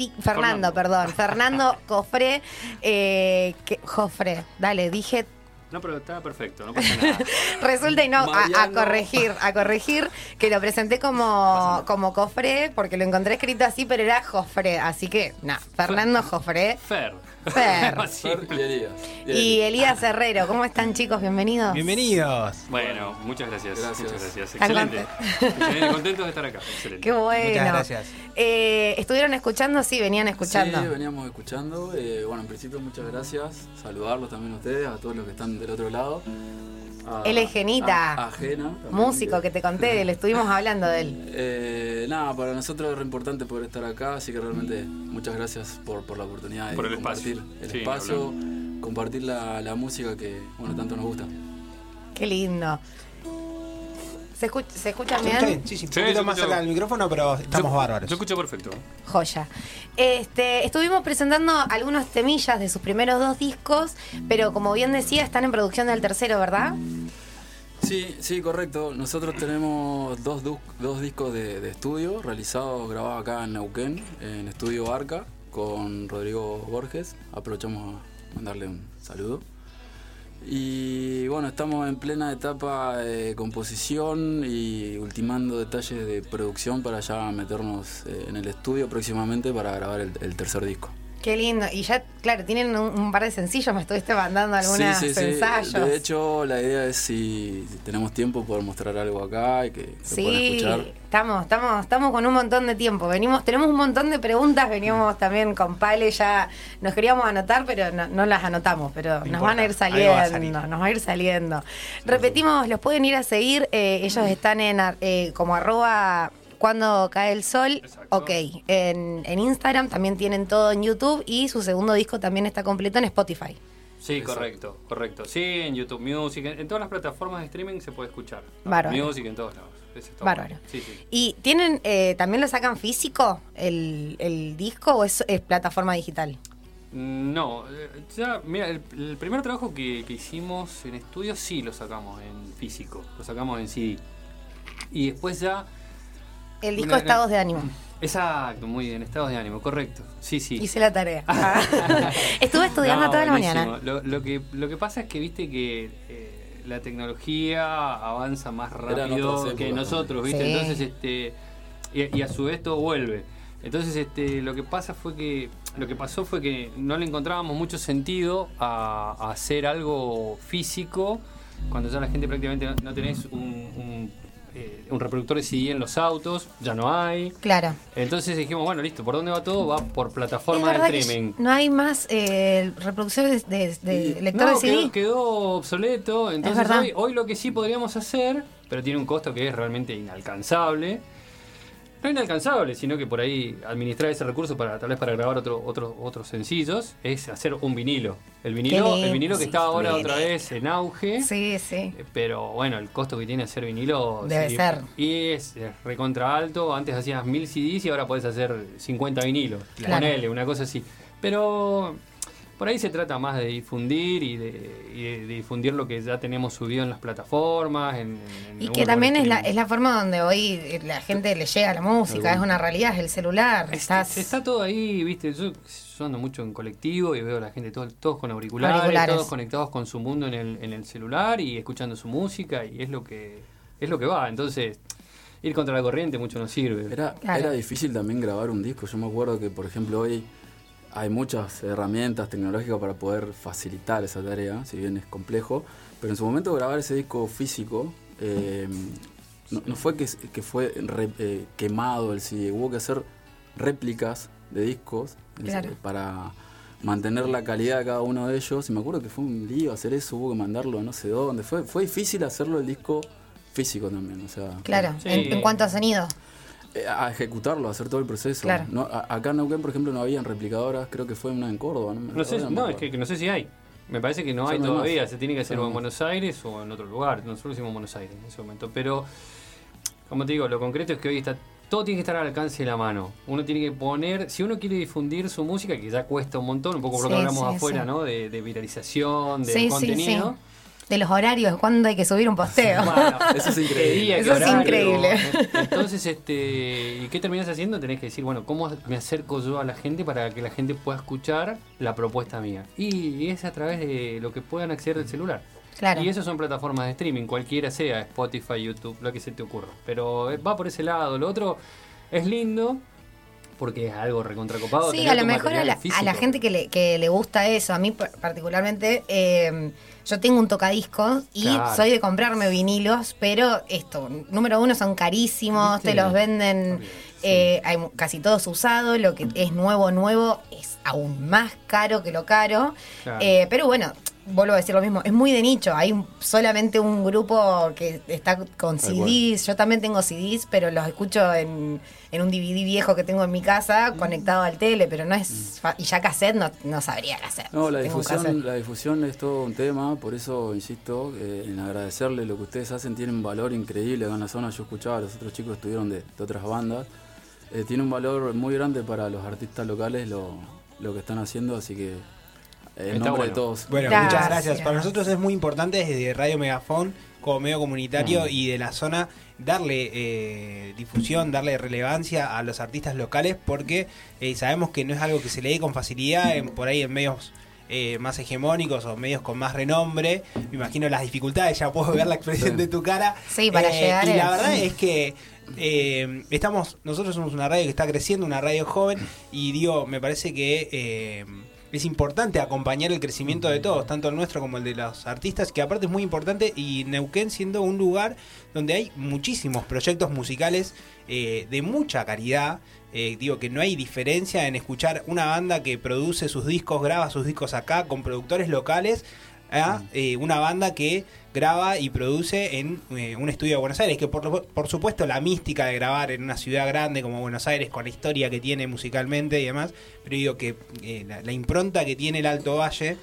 Fernando Cofré. Jofré, dale, dije... No, pero está perfecto, no pasa nada. Resulta y no, a corregir, que lo presenté como Cofré, porque lo encontré escrito así, pero era Jofré, así que, Fernando Jofré. Fer. Y Elías. Y Elías Herrero, ¿cómo están, chicos? Bienvenidos. Bienvenidos. Bueno, muchas gracias. Gracias. Muchas gracias. Excelente. Excelente. Contentos de estar acá. Excelente. Qué bueno. Muchas gracias. ¿Estuvieron escuchando? Sí, venían escuchando. Sí, veníamos escuchando. Bueno, en principio, muchas gracias. Saludarlos también a ustedes, a todos los que están del otro lado. Él es Genita, a Gena, músico que te conté, le estuvimos hablando de él. Para nosotros es re importante poder estar acá, así que realmente muchas gracias por la oportunidad de compartir el espacio, compartir la música que tanto nos gusta. Qué lindo. ¿Se escucha bien? Sí, un poquito más cerca del micrófono, pero estamos bárbaros. Yo escucho perfecto. Joya. Estuvimos presentando algunos temillas de sus primeros 2 discos, pero como bien decía, están en producción del tercero, ¿verdad? Sí, correcto. Nosotros tenemos dos discos de estudio grabados acá en Neuquén, en Estudio Arca, con Rodrigo Borges. Aprovechamos a mandarle un saludo. Y bueno, estamos en plena etapa de composición y ultimando detalles de producción para ya meternos en el estudio próximamente para grabar el tercer disco. Qué lindo. Y ya, claro, tienen un par de sencillos, me estuviste mandando algunos ensayos. De hecho, la idea es si tenemos tiempo poder mostrar algo acá y que se puedan escuchar. Estamos con un montón de tiempo. Tenemos un montón de preguntas, veníamos también con Pale, ya nos queríamos anotar, pero no las anotamos, pero nos van a ir saliendo, nos va a ir saliendo. Repetimos, los pueden ir a seguir, ellos están en como @ Cuando cae el sol. Exacto. Ok, en Instagram también tienen todo en YouTube y su segundo disco también está completo en Spotify. Sí, correcto. Sí, en YouTube Music, en todas las plataformas de streaming se puede escuchar. Bárbaro. Music en todos lados. Bárbaro. Sí. ¿Y tienen también lo sacan físico el disco o es plataforma digital? No, ya, mira, el primer trabajo que hicimos en estudio sí lo sacamos en físico, lo sacamos en CD. Y después ya... El disco Estados de Ánimo. Exacto, muy bien, Estados de Ánimo, correcto. Sí. Hice la tarea. Estuve estudiando toda la mañana. Lo que pasa es que viste que la tecnología avanza más rápido que nosotros, ¿viste? Sí. Entonces, y a su vez todo vuelve. Entonces lo que pasó fue que no le encontrábamos mucho sentido a hacer algo físico cuando ya la gente prácticamente no tenés un reproductor de CD en los autos, ya no hay. Claro. Entonces dijimos, bueno, listo, ¿por dónde va todo? Va por plataformas de streaming. No hay más reproducciones de lector de CD. Quedó obsoleto. Entonces hoy lo que sí podríamos hacer, pero tiene un costo que es realmente inalcanzable. No inalcanzable, sino que por ahí administrar ese recurso tal vez para grabar otros sencillos, es hacer un vinilo. El vinilo que está ahora otra vez en auge. Sí. Pero bueno, el costo que tiene hacer vinilo debe ser. Y es recontra alto. Antes hacías 1000 CDs y ahora podés hacer 50 vinilos. Claro. Ponele, una cosa así. Pero por ahí se trata más de difundir y de difundir lo que ya tenemos subido en las plataformas. Y que también es la forma donde hoy la gente le llega la música, es una realidad, es el celular. Está todo ahí, viste. Yo ando mucho en colectivo y veo a la gente todos con auriculares, todos conectados con su mundo en el celular y escuchando su música, y es lo que va. Entonces, ir contra la corriente mucho no sirve. Era difícil también grabar un disco. Yo me acuerdo que, por ejemplo, hoy hay muchas herramientas tecnológicas para poder facilitar esa tarea, si bien es complejo, pero en su momento grabar ese disco físico no fue que fue quemado el CD, hubo que hacer réplicas de discos para mantener la calidad de cada uno de ellos, y me acuerdo que fue un lío hacer eso, hubo que mandarlo a no sé dónde, fue difícil hacerlo el disco físico también, o sea... Claro, sí. En cuanto a sonido. A ejecutarlo, a hacer todo el proceso. Claro. No, acá en Neuquén, por ejemplo, no habían replicadoras, creo que fue una en Córdoba. Es que no sé si hay. Me parece que no hay todavía, se tiene que hacer o en Buenos Aires o en otro lugar. Nosotros hicimos en Buenos Aires en ese momento. Pero, como te digo, lo concreto es que hoy todo tiene que estar al alcance de la mano. Uno tiene que poner, si uno quiere difundir su música, que ya cuesta un montón, un poco por lo que hablamos afuera, ¿no? De viralización, de contenido. Sí. De los horarios, cuándo hay que subir un posteo. Bueno, eso es increíble. Eso es increíble. Entonces, ¿y qué terminas haciendo? Tenés que decir, bueno, ¿cómo me acerco yo a la gente para que la gente pueda escuchar la propuesta mía? Y es a través de lo que puedan acceder del celular. Claro. Y eso son plataformas de streaming, cualquiera sea, Spotify, YouTube, lo que se te ocurra. Pero va por ese lado. Lo otro es lindo, porque es algo recontracopado. Sí, a lo mejor a la gente que le gusta eso, a mí particularmente, yo tengo un tocadiscos y soy de comprarme vinilos, pero número uno, son carísimos, te los venden hay casi todos usados, lo que es nuevo es aún más caro que lo caro, pero bueno, vuelvo a decir lo mismo, es muy de nicho, hay solamente un grupo que está con CDs, yo también tengo CDs, pero los escucho en un DVD viejo que tengo en mi casa, conectado al tele, pero no es y ya cassette no sabría qué hacer. No, la difusión es todo un tema, por eso insisto en agradecerle lo que ustedes hacen, tiene un valor increíble acá en la zona. Yo escuchaba a los otros chicos que estuvieron de otras bandas, tiene un valor muy grande para los artistas locales lo que están haciendo, así que en nombre de todos. Bueno, muchas gracias. Para nosotros es muy importante desde Radio Megafón, como medio comunitario y de la zona, darle difusión, darle relevancia a los artistas locales, porque sabemos que no es algo que se le dé con facilidad por ahí en medios más hegemónicos o medios con más renombre. Me imagino las dificultades, ya puedo ver la expresión de tu cara. Sí, para llegar. Y la verdad es que nosotros somos una radio que está creciendo, una radio joven, y me parece que es importante acompañar el crecimiento de todos, tanto el nuestro como el de los artistas, que aparte es muy importante, y Neuquén siendo un lugar donde hay muchísimos proyectos musicales de mucha calidad. Que no hay diferencia en escuchar una banda que produce sus discos, graba sus discos acá con productores locales, a una banda que graba y produce en un estudio de Buenos Aires, que por supuesto la mística de grabar en una ciudad grande como Buenos Aires, con la historia que tiene musicalmente y demás, pero digo que la impronta que tiene el Alto Valle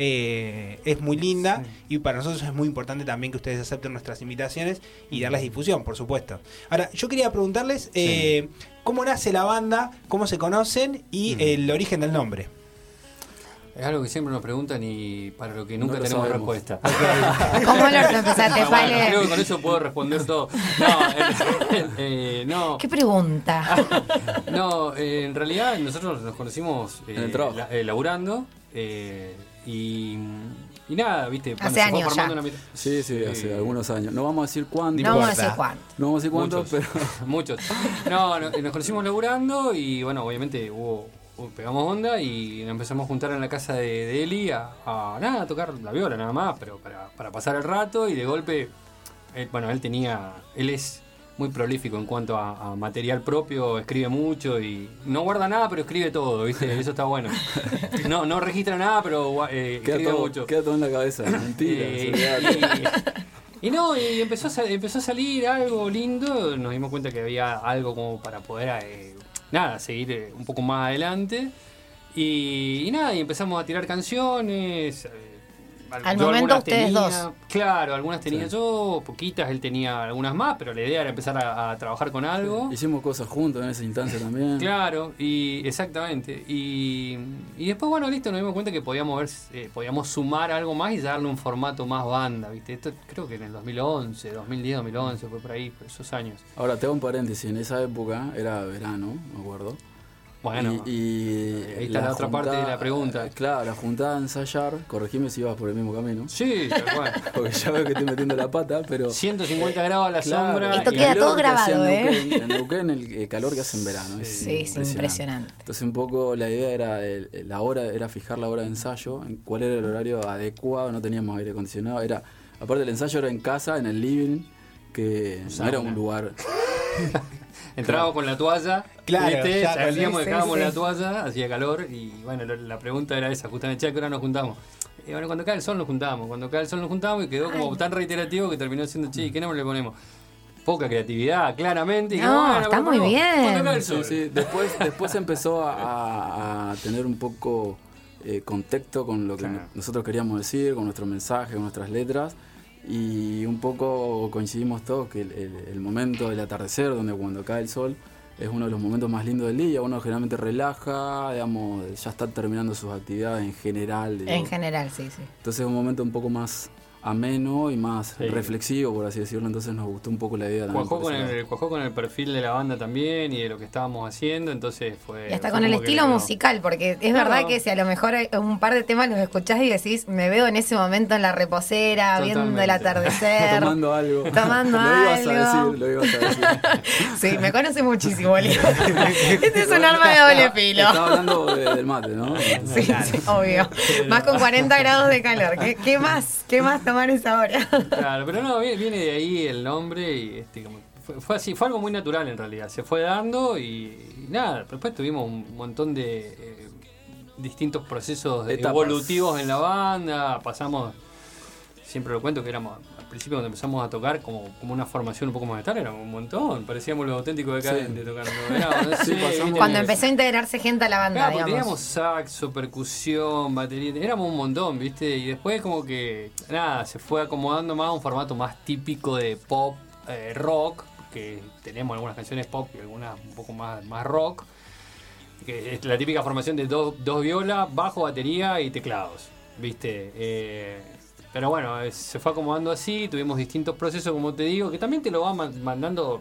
es muy linda, y para nosotros es muy importante también que ustedes acepten nuestras invitaciones y darles difusión, por supuesto. Ahora, yo quería preguntarles cómo nace la banda, cómo se conocen y el origen del nombre. Es algo que siempre nos preguntan y para lo que nunca tenemos respuesta. ¿Cómo lo empezaste, Pale? Creo que con eso puedo responder todo. No. ¿Qué pregunta? No, en realidad nosotros nos conocimos laburando y y nada, viste, Hace años ya. Sí, hace algunos años. No vamos a decir cuánto. No vamos a decir cuánto. No vamos a decir cuánto, pero... Muchos. No, nos conocimos laburando y bueno, obviamente pegamos onda y nos empezamos a juntar en la casa de Eli a tocar la viola nada más, pero para pasar el rato y de golpe, él es muy prolífico en cuanto a material propio, escribe mucho y no guarda nada, pero escribe todo, ¿viste? Eso está bueno. No registra nada, pero escribe mucho. Queda todo en la cabeza, mentira. Y empezó a salir algo lindo, nos dimos cuenta que había algo como para poder seguir un poco más adelante y empezamos a tirar canciones. Al momento ustedes dos. Claro, algunas tenía yo, poquitas, él tenía algunas más, pero la idea era empezar a trabajar con algo. Hicimos cosas juntos en esa instancia también. Claro, exactamente. Y después, bueno, listo, nos dimos cuenta que podíamos sumar algo más y darle un formato más banda, ¿viste? Esto creo que en el 2011, 2010, 2011, fue por ahí, por esos años. Ahora, te hago un paréntesis, en esa época, era verano, me acuerdo. Bueno, y ahí está la otra parte de la pregunta. Claro, la juntada a ensayar, corregime si ibas por el mismo camino. Sí, tal cual. Porque ya veo que estoy metiendo la pata, pero... 150 grados a la sombra. Esto queda todo grabado, En Neuquén, el calor que hace en verano. Sí, es impresionante. Entonces un poco la idea era fijar la hora de ensayo, en cuál era el horario adecuado, no teníamos aire acondicionado. Aparte el ensayo era en casa, en el living, que no era un lugar... Entrábamos con la toalla, claro, salíamos, dejábamos la toalla, hacía calor y bueno, la pregunta era esa, justamente, ¿a qué hora nos juntamos? Y bueno, cuando cae el sol nos juntamos, y quedó como tan reiterativo que terminó siendo, ¿qué nombre le ponemos? Poca creatividad, claramente. Y está muy bien. Cuando cae el sol. Sí. Después empezó a tener un poco contexto con lo que nosotros queríamos decir, con nuestro mensaje, con nuestras letras. Y un poco coincidimos todos que el momento del atardecer, donde cuando cae el sol, es uno de los momentos más lindos del día. Uno generalmente relaja, digamos, ya está terminando sus actividades en general. En general, sí. Entonces es un momento un poco más ameno y más reflexivo, por así decirlo. Entonces nos gustó un poco la idea también. Cuajó con el perfil de la banda también y de lo que estábamos haciendo, entonces fue... Y hasta con el estilo musical, porque es verdad que si a lo mejor un par de temas los escuchás y decís, me veo en ese momento en la reposera, viendo el atardecer. Tomando algo. Lo ibas a decir. Sí, me conoce muchísimo, Leo. Este es un arma de doble filo. Estaba hablando del mate, ¿no? Sí, obvio. Más con 40 grados de calor. ¿Qué más tomar esa hora? Claro, pero no, viene de ahí el nombre y fue así, fue algo muy natural en realidad. Se fue dando y nada, después tuvimos un montón de distintos procesos evolutivos en la banda. Pasamos, siempre lo cuento, que éramos al principio cuando empezamos a tocar como una formación un poco más estable, éramos un montón, parecíamos los auténticos decadentes tocando. Cuando empezó a integrarse gente a la banda, digamos. Teníamos saxo, percusión, batería, éramos un montón, ¿viste? Y después como que, se fue acomodando más a un formato más típico de pop, rock, que tenemos algunas canciones pop y algunas un poco más rock, que es la típica formación de dos violas, bajo, batería y teclados, ¿viste? Pero bueno, se fue acomodando así, tuvimos distintos procesos, como te digo, que también te lo va mandando,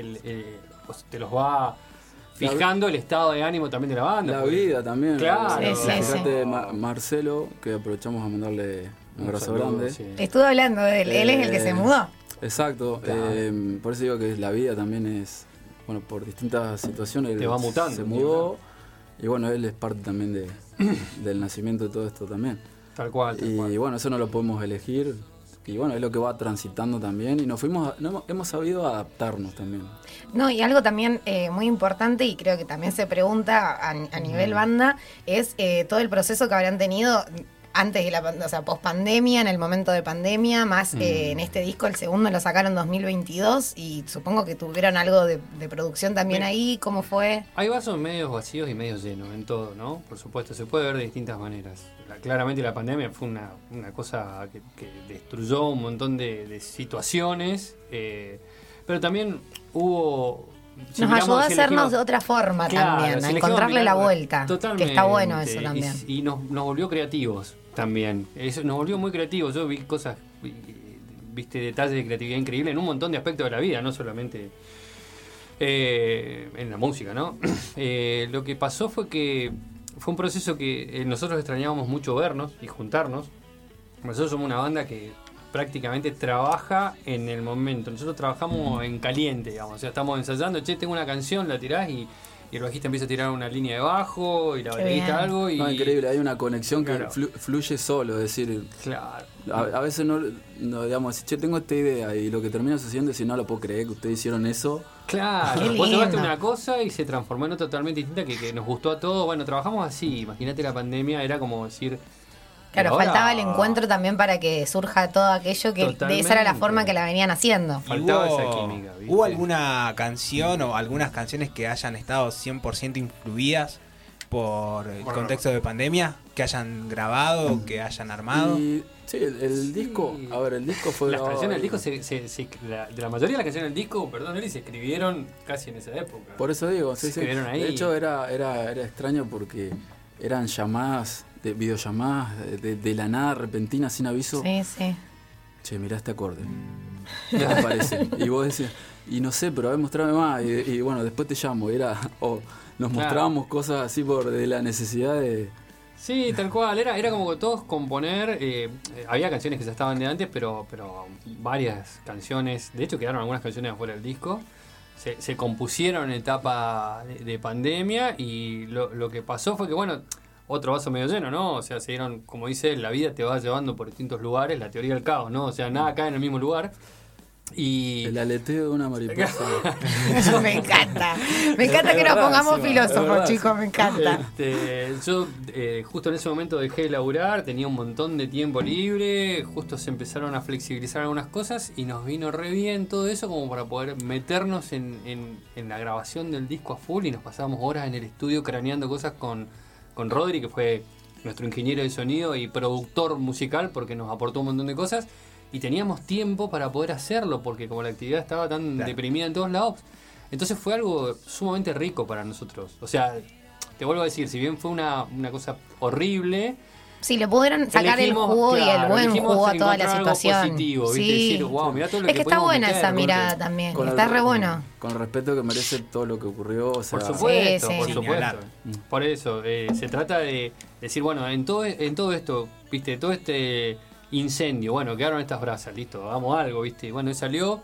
te los va fijando el estado de ánimo también de la banda. La vida también. Claro. Fíjate, Marcelo, que aprovechamos a mandarle un abrazo grande. Sí. Estuve hablando de él, él es el que se mudó. Exacto, claro. Por eso digo que la vida también es, bueno, por distintas situaciones. Te va mutando. Se mudó, y bueno, él es parte también del nacimiento de todo esto también. Tal cual. Y bueno, eso no lo podemos elegir. Y bueno, es lo que va transitando también. Y hemos sabido adaptarnos también. No, y algo también muy importante, y creo que también se pregunta a nivel banda, es todo el proceso que habrán tenido antes de post pandemia, en el momento de pandemia, más en este disco, el segundo lo sacaron en 2022, y supongo que tuvieron algo de producción también ahí. ¿Cómo fue? Hay vasos medios vacíos y medios llenos en todo, ¿no? Por supuesto, se puede ver de distintas maneras. Claramente la pandemia fue una cosa que destruyó un montón de situaciones, pero también hubo... Nos ayudó a hacernos de otra forma también, a encontrarle la vuelta. Totalmente. Que está bueno eso también. Y nos volvió creativos también. Eso nos volvió muy creativos. Yo vi cosas, viste detalles de creatividad increíble en un montón de aspectos de la vida, no solamente en la música, ¿no? Lo que pasó fue que fue un proceso que nosotros extrañábamos mucho vernos y juntarnos. Nosotros somos una banda que prácticamente trabaja en el momento. Nosotros trabajamos en caliente, digamos. O sea, estamos ensayando, che, tengo una canción, la tirás y el bajista empieza a tirar una línea de bajo y la baterista algo. Y... No, increíble, hay una conexión que fluye solo, es decir... Claro. A veces no digamos, che, tengo esta idea y lo que termina sucediendo es si no lo puedo creer que ustedes hicieron eso. Claro, vos llevaste una cosa y se transformó en otra totalmente distinta que nos gustó a todos. Bueno, trabajamos así, imagínate la pandemia, era como decir... Claro, ahora, faltaba el encuentro también para que surja todo aquello que de esa era la forma que la venían haciendo. Faltaba esa química, ¿viste? ¿Hubo alguna canción o algunas canciones que hayan estado 100% influidas por el contexto de pandemia? ¿Que hayan grabado o que hayan armado? Sí, el disco, a ver, el disco fue... Las canciones del disco, de la mayoría de las canciones del disco, perdón, Eli, se escribieron casi en esa época. Por eso digo, sí. Ahí. De hecho, era extraño porque eran llamadas... de videollamadas de la nada repentina sin aviso. Sí. Che, mirá este acorde. ¿Qué te parece? Y vos decías, y no sé, pero a ver, mostrame más. Y bueno, después te llamo. Nos mostrábamos cosas así de la necesidad de... Sí, tal cual. Era como que todos componer. Había canciones que ya estaban de antes, pero varias canciones. De hecho, quedaron algunas canciones afuera del disco. Se compusieron en etapa de pandemia. Y lo que pasó fue que, bueno... Otro vaso medio lleno, ¿no? O sea, se dieron, como dice, la vida te va llevando por distintos lugares, la teoría del caos, ¿no? O sea, nada cae en el mismo lugar. Y... El aleteo de una mariposa. Eso me encanta. Me encanta que nos pongamos filósofos, chicos, me encanta. Yo justo en ese momento dejé de laburar, tenía un montón de tiempo libre, justo se empezaron a flexibilizar algunas cosas y nos vino re bien todo eso como para poder meternos en la grabación del disco a full y nos pasábamos horas en el estudio craneando cosas con Rodri, que fue nuestro ingeniero de sonido y productor musical, porque nos aportó un montón de cosas, y teníamos tiempo para poder hacerlo, porque como la actividad estaba tan deprimida en todos lados, entonces fue algo sumamente rico para nosotros. O sea, te vuelvo a decir, si bien fue una cosa horrible... Sí, le pudieron sacar el jugo y el buen jugo a toda la situación. Algo positivo, ¿viste? Sí. Decir, wow, mirá todo lo es que está buena esa mirada también, está re bueno. Con el respeto que merece todo lo que ocurrió. O sea, por supuesto, sí. Por supuesto. Por eso, se trata de decir, bueno, en todo esto, ¿viste? Todo este incendio, bueno, quedaron estas brasas, listo, hagamos algo, ¿viste? Bueno, salió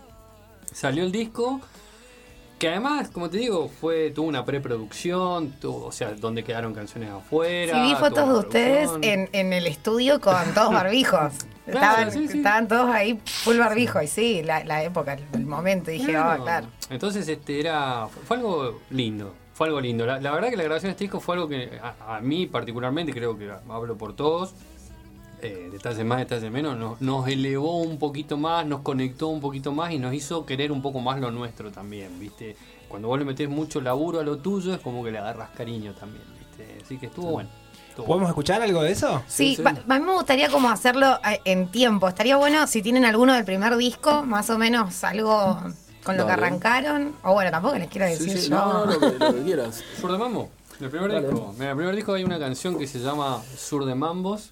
el disco... Que además, como te digo, tuvo una preproducción, o sea, donde quedaron canciones afuera. Sí, vi fotos de ustedes en el estudio con todos barbijos. Estaban todos ahí full barbijo, y sí, la época, el momento, dije, claro. Entonces fue algo lindo, La verdad que la grabación de este disco fue algo que a mí particularmente, creo que hablo por todos, detalles más, detalles menos, nos elevó un poquito más, nos conectó un poquito más y nos hizo querer un poco más lo nuestro también, ¿viste? Cuando vos le metés mucho laburo a lo tuyo es como que le agarras cariño también, ¿viste? Así que estuvo bueno. ¿Podemos escuchar algo de eso? Sí. A mí me gustaría como hacerlo en tiempo. Estaría bueno si tienen alguno del primer disco, más o menos algo con lo que arrancaron. O bueno, tampoco les quiero decir yo. No, lo que quieras. Sur de Mambo, el primer disco. Mira, el primer disco hay una canción que se llama Sur de Mambos,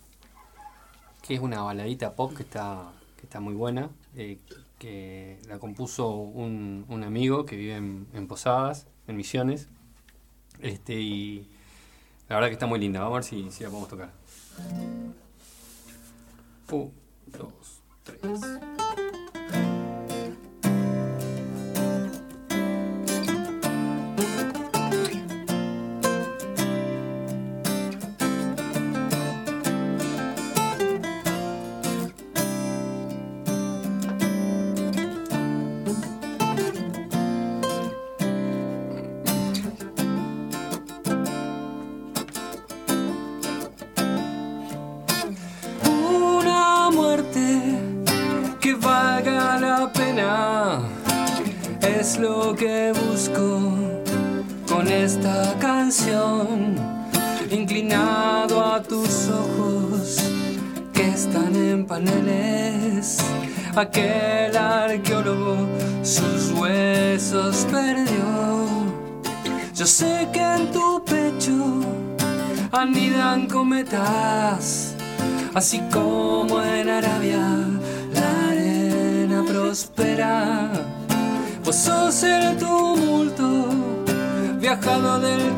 que es una baladita pop que está muy buena, que la compuso un amigo que vive en Posadas, en Misiones, y la verdad que está muy linda. Vamos a ver si la podemos tocar. 1, 2, 3. Es lo que busco con esta canción, inclinado a tus ojos que están en paneles. Aquel arqueólogo sus huesos perdió. Yo sé que en tu pecho anidan cometas, así como en Arabia la arena prospera. Vos sos el tumulto, viajado del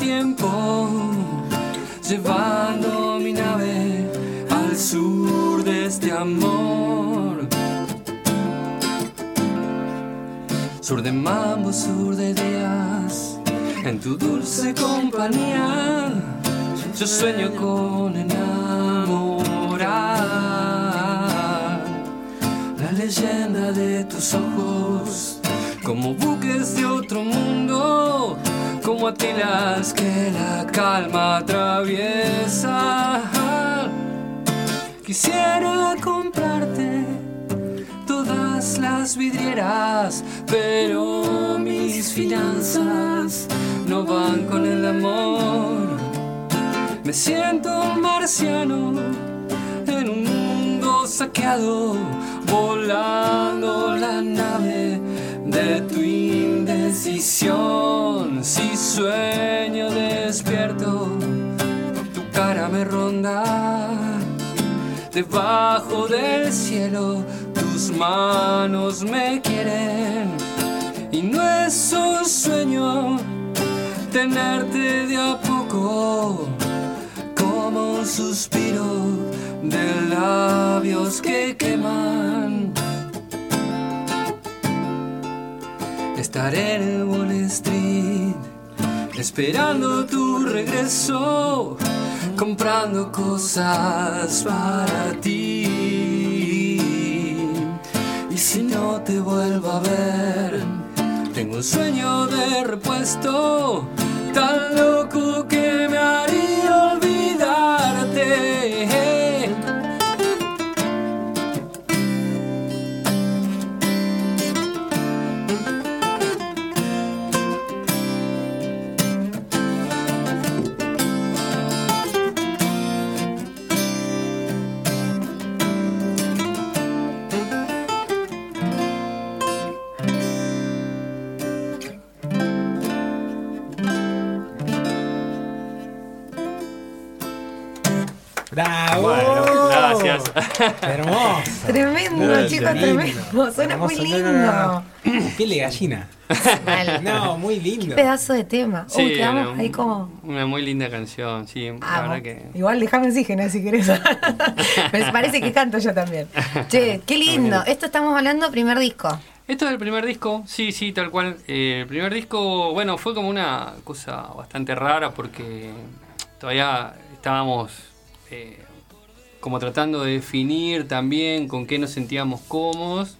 tiempo, llevando mi nave al sur de este amor. Sur de mambo, sur de días, en tu dulce compañía, yo sueño con enamorar. La leyenda de tus ojos, como buques de otro mundo, como atilas que la calma atraviesa. Quisiera comprarte todas las vidrieras, pero mis finanzas no van con el amor. Me siento un marciano en un mundo saqueado, volando la nave de tu indecisión. Si sueño despierto, tu cara me ronda. Debajo del cielo, tus manos me quieren. Y no es un sueño tenerte de a poco, como un suspiro de labios que queman. Estaré en el Wall Street esperando tu regreso, comprando cosas para ti. Y si no te vuelvo a ver, tengo un sueño de repuesto tan loco que me haría olvidarte. ¡Bravo! Bueno, gracias. Hermoso. Tremendo, Gracias, chicos, lindo. tremendo. Suena muy Hermoso. lindo. No. Piel de gallina. Mal. No, muy lindo. Pedazo de tema. Sí, Uy, quedamos ahí como. una muy linda canción, sí, la Amo. verdad que... Igual déjame oxígeno si querés. Me parece que canto yo también. Che, qué lindo. Esto estamos hablando primer disco. Esto es el primer disco, sí, tal cual. El primer disco, bueno, fue como una cosa bastante rara porque todavía estábamos como tratando de definir también con qué nos sentíamos cómodos.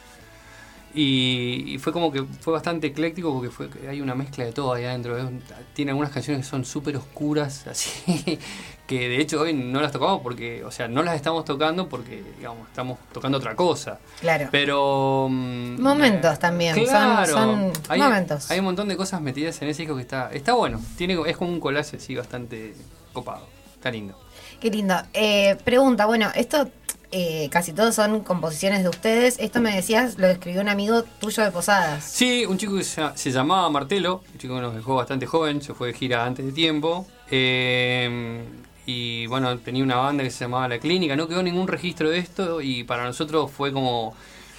Y fue como que fue bastante ecléctico porque hay una mezcla de todo ahí adentro. Tiene algunas canciones que son súper oscuras, así, que de hecho hoy no las tocamos porque, o sea, no las estamos tocando porque, digamos, estamos tocando otra cosa. Claro. Pero... Momentos también, claro, son momentos. Hay un montón de cosas metidas en ese disco que está bueno. Es como un collage así bastante copado. Está lindo. Qué lindo. Pregunta, bueno, esto casi todos son composiciones de ustedes. Esto me decías, lo escribió un amigo tuyo de Posadas. Sí, un chico que se llamaba Martelo, un chico que nos dejó bastante joven, se fue de gira antes de tiempo. Y bueno, tenía una banda que se llamaba La Clínica, no quedó ningún registro de esto y para nosotros fue como...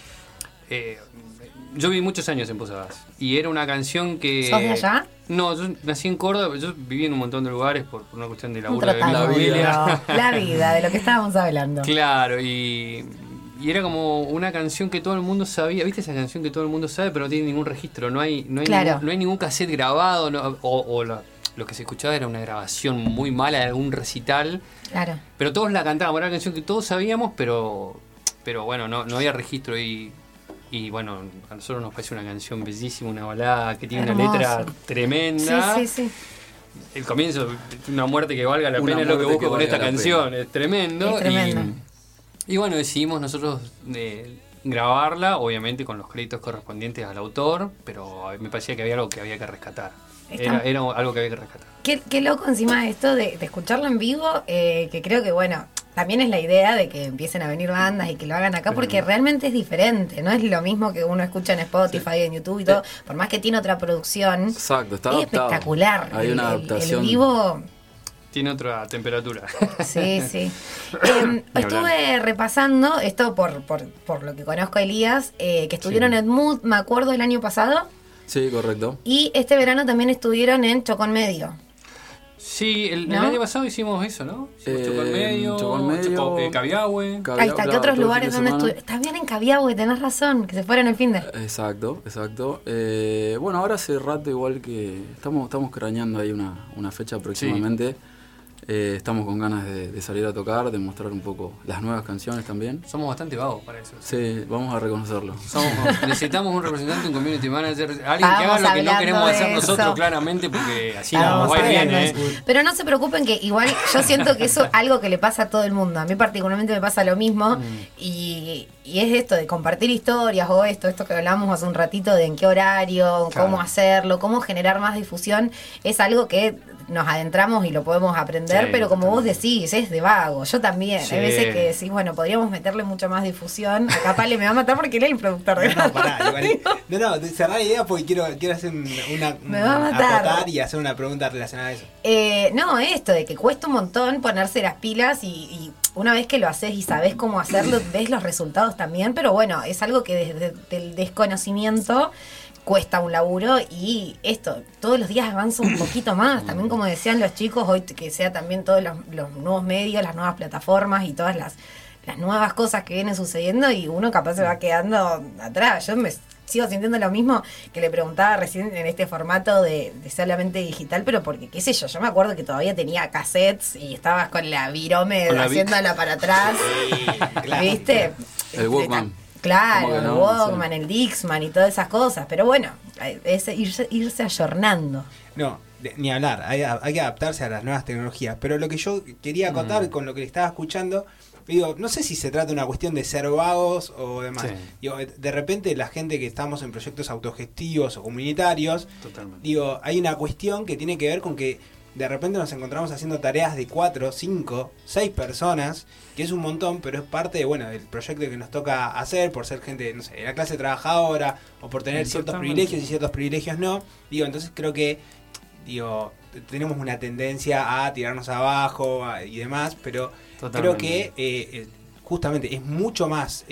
yo viví muchos años en Posadas y era una canción que... ¿Sos de allá? No, yo nací en Córdoba, yo viví en un montón de lugares por una cuestión de Un laburo de mi tratado, familia. La vida, de lo que estábamos hablando. Claro, y era como una canción que todo el mundo sabía, ¿viste esa canción que todo el mundo sabe pero no tiene ningún registro? No hay Claro. no hay ningún cassette grabado, lo que se escuchaba era una grabación muy mala de algún recital. Claro. Pero todos la cantábamos, era una canción que todos sabíamos, pero bueno, no había registro y bueno, a nosotros nos parece una canción bellísima, una balada que tiene Hermoso. una letra tremenda. Sí. El comienzo, una muerte que valga la Una pena es lo que muerte busco que con valga esta la canción, es tremendo. Es tremendo. Y bueno, decidimos nosotros grabarla, obviamente con los créditos correspondientes al autor, pero me parecía que había algo que había que rescatar. Era algo que había que rescatar. Qué loco encima de esto de escucharlo en vivo, que creo que, bueno, también es la idea de que empiecen a venir bandas y que lo hagan acá, porque realmente es diferente, no es lo mismo que uno escucha en Spotify, en YouTube y todo, por más que tiene otra producción. Exacto, está es adaptado. espectacular. Hay una adaptación. El vivo... Tiene otra temperatura. Sí. Estuve repasando esto por lo que conozco a Elías, que estuvieron en Mood, me acuerdo, el año pasado. Sí, correcto. Y este verano también estuvieron en Chocón Medio. Sí, el ¿No? año pasado hicimos eso, ¿no? Hicimos Chocó Cabiahue. Ahí está, ¿qué otros lugares donde estuviste? estuviste? Estás bien en Cabiahue, tenés razón, que se fueron el fin de... Exacto. Bueno, ahora hace rato igual que estamos craneando ahí una fecha próximamente. Estamos con ganas de salir a tocar, de mostrar un poco las nuevas canciones también. Somos bastante vagos para eso. Sí, vamos a reconocerlo. Necesitamos un representante, un community manager, alguien que haga lo que no queremos hacer nosotros claramente, porque así nos va bien, Pero no se preocupen que igual yo siento que eso es algo que le pasa a todo el mundo. A mí particularmente me pasa lo mismo y es esto de compartir historias o esto que hablamos hace un ratito de en qué horario, cómo hacerlo, cómo generar más difusión, es algo que nos adentramos y lo podemos aprender, pero como vos decís, es de vago. Yo también. Hay veces que decís, bueno, podríamos meterle mucho más difusión. Acá Pale me va a matar porque él es el productor de No, cerrar la idea porque quiero hacer me va a matar. acotar y hacer una pregunta relacionada a eso. No, esto de que cuesta un montón ponerse las pilas y una vez que lo haces y sabés cómo hacerlo, ves los resultados también, pero bueno, es algo que desde el desconocimiento cuesta un laburo y esto, todos los días avanza un poquito más, también como decían los chicos, hoy que sea también todos los nuevos medios, las nuevas plataformas y todas las nuevas cosas que vienen sucediendo y uno capaz se va quedando atrás. Yo me sigo sintiendo lo mismo que le preguntaba recién en este formato de solamente digital, pero porque qué sé yo me acuerdo que todavía tenía cassettes y estabas con la virome haciéndola para atrás, ¿viste? El Walkman. Claro, el Walkman, el Dixman y todas esas cosas. Pero bueno, es irse ayornando. No, ni hablar. Hay que adaptarse a las nuevas tecnologías. Pero lo que yo quería contar con lo que le estaba escuchando, digo, no sé si se trata de una cuestión de ser vagos o demás. Sí. Digo, de repente la gente que estamos en proyectos autogestivos o comunitarios, digo, hay una cuestión que tiene que ver con que de repente nos encontramos haciendo tareas de 4, 5, 6 personas, que es un montón, pero es parte de, del proyecto que nos toca hacer por ser gente, no sé, de la clase trabajadora o por tener ciertos privilegios y ciertos privilegios no. Digo, entonces creo que, tenemos una tendencia a tirarnos abajo y demás, pero creo que justamente es mucho más...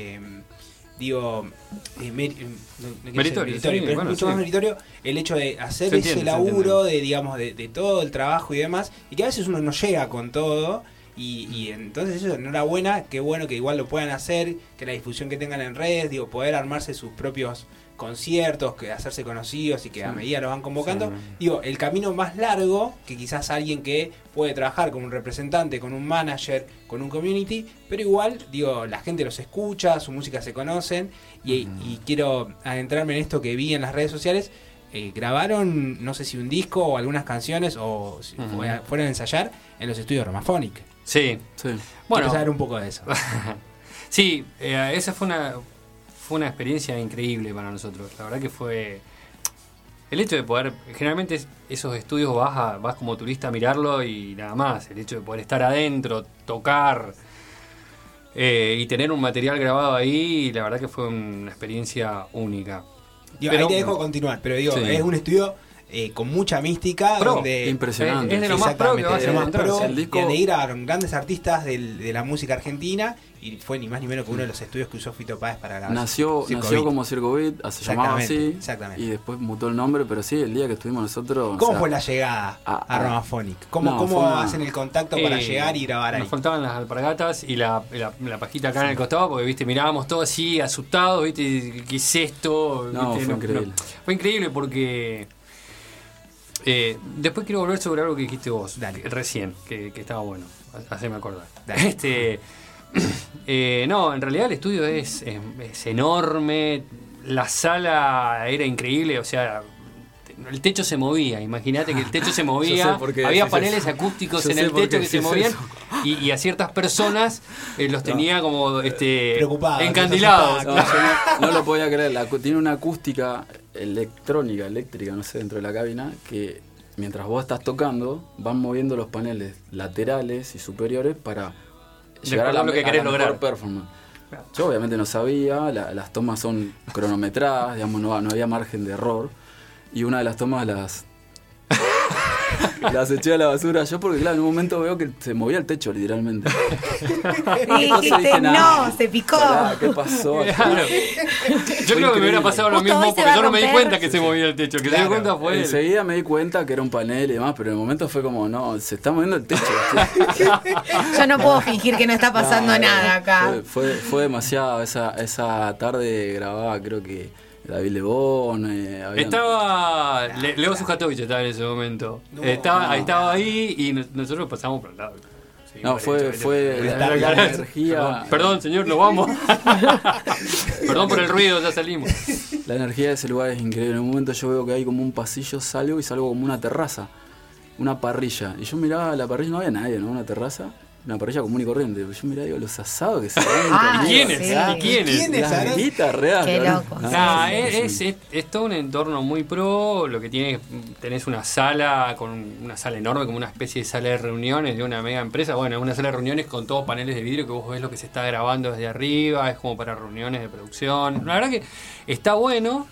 meritorio, pero es mucho más meritorio el hecho de hacer ese laburo de todo el trabajo y demás, y que a veces uno no llega con todo y entonces eso, enhorabuena, qué bueno que igual lo puedan hacer, que la difusión que tengan en redes, poder armarse sus propios conciertos, que hacerse conocidos y que a medida lo van convocando. El camino más largo que quizás alguien que puede trabajar con un representante, con un manager, con un community, pero igual, la gente los escucha, su música se conocen y quiero adentrarme en esto que vi en las redes sociales. Grabaron, no sé si un disco o algunas canciones o si fueron a ensayar en los estudios Romaphonic. Sí. Quiero saber un poco de eso. Sí, esa fue una experiencia increíble para nosotros. La verdad que fue el hecho de poder, generalmente esos estudios vas como turista a mirarlo y nada más. El hecho de poder estar adentro, tocar y tener un material grabado ahí, la verdad que fue una experiencia única. Ahí te dejo continuar, pero es un estudio con mucha mística, donde impresionante. Es de lo más pro que vas a encontrar. El disco donde grabaron grandes artistas de la música argentina y fue ni más ni menos que uno de los estudios que usó Fito Páez para grabar. Nació como Circo Beat, se llamaba así, y después mutó el nombre, pero sí, el día que estuvimos nosotros... ¿Cómo fue la llegada a Romaphonic? ¿Cómo hacen el contacto para llegar y grabar ahí? Nos faltaban las alpargatas y la pajita acá en el costado, porque mirábamos todo así, asustados, ¿qué es esto? Fue increíble. Fue increíble porque... después quiero volver sobre algo que dijiste vos. Dale. Recién, que estaba bueno. Haceme acordar. No, en realidad el estudio es enorme. La sala era increíble. O sea, el techo se movía. Imagínate que el techo se movía. Había paneles acústicos en el techo que se movían. Y a ciertas personas los tenía como encandilados. No lo podía creer. Tiene una acústica eléctrica, no sé, dentro de la cabina, que mientras vos estás tocando, van moviendo los paneles laterales y superiores para llegar a la mejor performance. Yo obviamente no sabía, las tomas son cronometradas, no había margen de error, y una de las tomas Las eché a la basura yo porque, claro, en un momento veo que se movía el techo, literalmente. Y dijiste, no, se picó. ¿Qué pasó? Claro. Yo creo que me hubiera pasado lo Justo hoy mismo se porque va a yo no me di romper. cuenta que se movía el techo. Que se dio cuenta fue él. Enseguida me di cuenta que era un panel y demás, pero en el momento fue como, no, se está moviendo el techo. Yo no puedo fingir que no está pasando No, nada acá. Fue demasiado. Esa tarde grababa, creo que David Lebón. Estaba Leo Sujatovich estaba en ese momento. Estaba ahí y nosotros pasamos por el lado. Sí, No, fue la energía. Perdón, señor, nos vamos. Perdón por el ruido, ya salimos. La energía de ese lugar es increíble. En un momento yo veo que hay como un pasillo, salgo como una terraza, una parrilla. Y yo miraba la parrilla, no había nadie, ¿no? Una terraza, una parrilla común y corriente. Yo miraba, digo, los asados que se ven. Ah, ¿Quiénes? sí. ¿Y quiénes? Las velitas reales. Qué ¿no? loco. Nah, es todo un entorno muy pro. Lo que tenés una sala enorme, como una especie de sala de reuniones de una mega empresa. Bueno, una sala de reuniones con todos paneles de vidrio que vos ves lo que se está grabando desde arriba. Es como para reuniones de producción. La verdad que está bueno.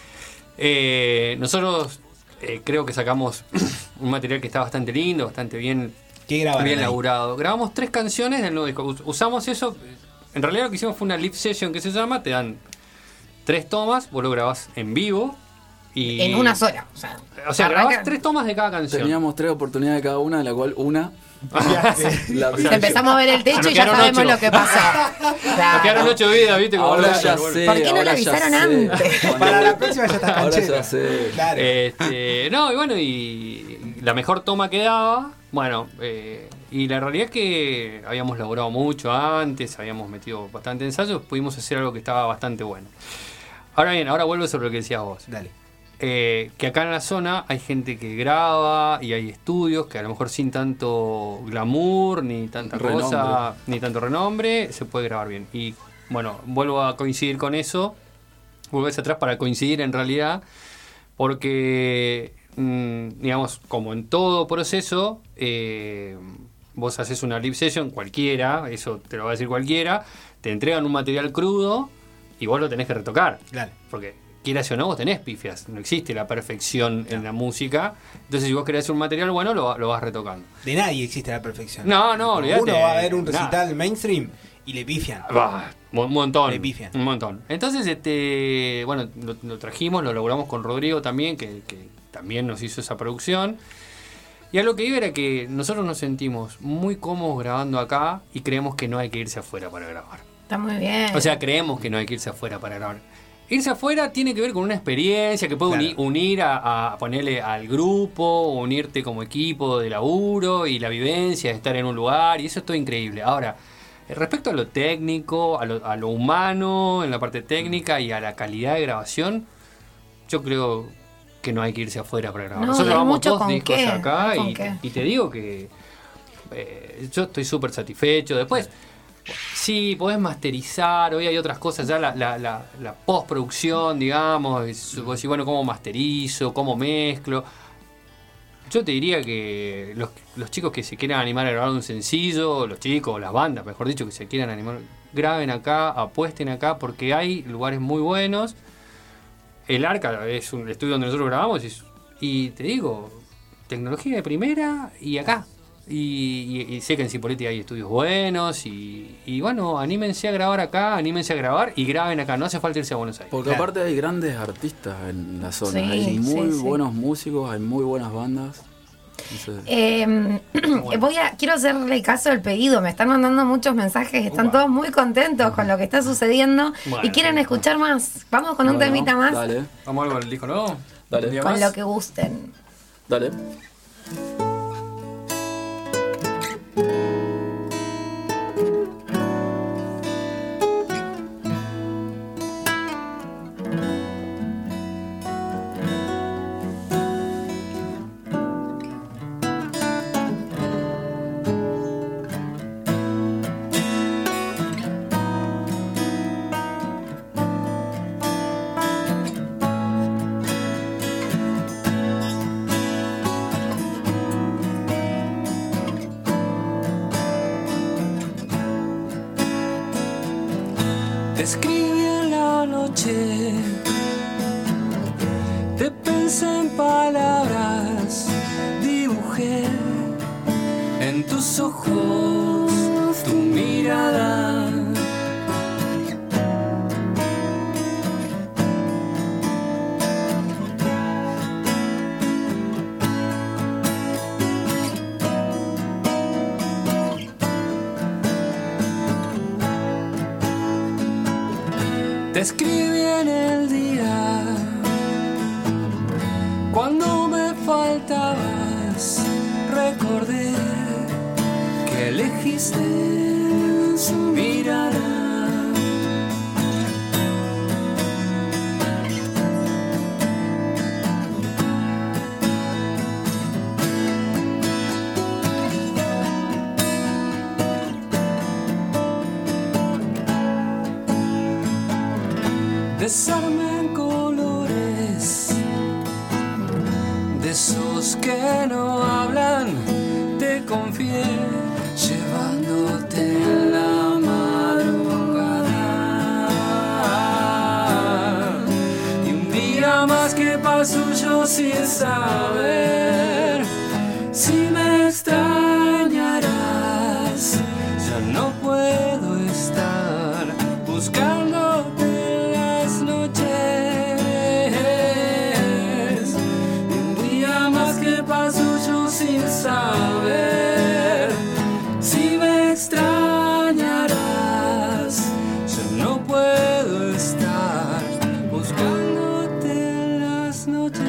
Nosotros creo que sacamos un material que está bastante lindo, bastante bien. ¿Qué grabaron Bien ahí? laburado. Grabamos 3 canciones del nuevo disco. Usamos eso. En realidad lo que hicimos fue una live session que se llama. Te dan 3 tomas, vos lo grabás en vivo. Y En una sola. O sea, grabás 3 tomas de cada canción. Teníamos 3 oportunidades de cada una, de la cual una. Empezamos a ver el techo y ya quedaron sabemos 8. lo que pasó. Nos quedaron 8 vidas, ¿viste? Como Ahora volver, ya volver. sé. ¿Por qué no le ahora ya avisaron sé. antes? Para la próxima ya estás Ahora canchero. ya sé. Claro. No, y bueno, y la mejor toma que daba, bueno, y la realidad es que habíamos laburado mucho antes, habíamos metido bastante ensayos, pudimos hacer algo que estaba bastante bueno. Ahora bien, ahora vuelvo sobre lo que decías vos. Dale. Que acá en la zona hay gente que graba y hay estudios que a lo mejor sin tanto glamour, ni tanta cosa, ni tanto renombre, se puede grabar bien. Y bueno, vuelvo a coincidir con eso, vuelvo hacia atrás para coincidir en realidad, porque digamos, como en todo proceso, vos haces una live session, cualquiera, eso te lo va a decir cualquiera, te entregan un material crudo y vos lo tenés que retocar. Claro. Porque quieras o no, vos tenés pifias, no existe la perfección en la música, entonces si vos querés hacer un material bueno, lo vas retocando. De nadie existe la perfección. No, olvidate. Uno va a ver un Nada. recital mainstream y le pifian. Un montón. Le pifian. Un montón. Entonces, bueno, lo trajimos, lo logramos con Rodrigo también, que también nos hizo esa producción. Y a lo que iba era que nosotros nos sentimos muy cómodos grabando acá y creemos que no hay que irse afuera para grabar. Está muy bien. O sea, creemos que no hay que irse afuera para grabar. Irse afuera tiene que ver con una experiencia que puede Claro. unir a ponerle al grupo, unirte como equipo de laburo y la vivencia de estar en un lugar, y eso es todo increíble. Ahora, respecto a lo técnico, a lo humano, en la parte técnica y a la calidad de grabación, yo creo que no hay que irse afuera para grabar. No, Nosotros hay grabamos mucho 2 con discos qué, acá ¿con qué? y te digo que yo estoy súper satisfecho. Después, sí, podés masterizar, hoy hay otras cosas, ya la postproducción, digamos, vos decís, bueno, ¿cómo masterizo? ¿Cómo mezclo? Yo te diría que los chicos que se quieran animar a grabar un sencillo, los chicos, las bandas, mejor dicho, que se quieran animar, graben acá, apuesten acá, porque hay lugares muy buenos. El Arca es un estudio donde nosotros grabamos y te digo, tecnología de primera y acá. Y sé que en Cipolletti hay estudios buenos y bueno, anímense a grabar acá, anímense a grabar y graben acá, no hace falta irse a Buenos Aires. Porque aparte hay grandes artistas en la zona, Sí, hay muy sí. buenos músicos, hay muy buenas bandas. Entonces, Quiero hacerle caso al pedido. Me están mandando muchos mensajes. Están todos muy contentos con lo que está sucediendo Bueno, y quieren escuchar más. Vamos con un bueno, temita más. Dale, ¿Vamos algo al disco nuevo? Dale. ¿Un día Con más? lo que gusten. dale. Te escribí en la noche, te pensé en palabras, dibujé tus ojos, tu mirada. Te escribí en el día cuando me faltabas, recordé que elegiste su mirada. Desarme en colores, de esos que no hablan, te confié, llevándote en la madrugada. Y un día más que paso yo sin saber si me extrañarás. Ya no puedo estar buscándote noches. Y un día más que paso yo sin saber si me extrañarás. Yo no puedo estar buscándote en las noches.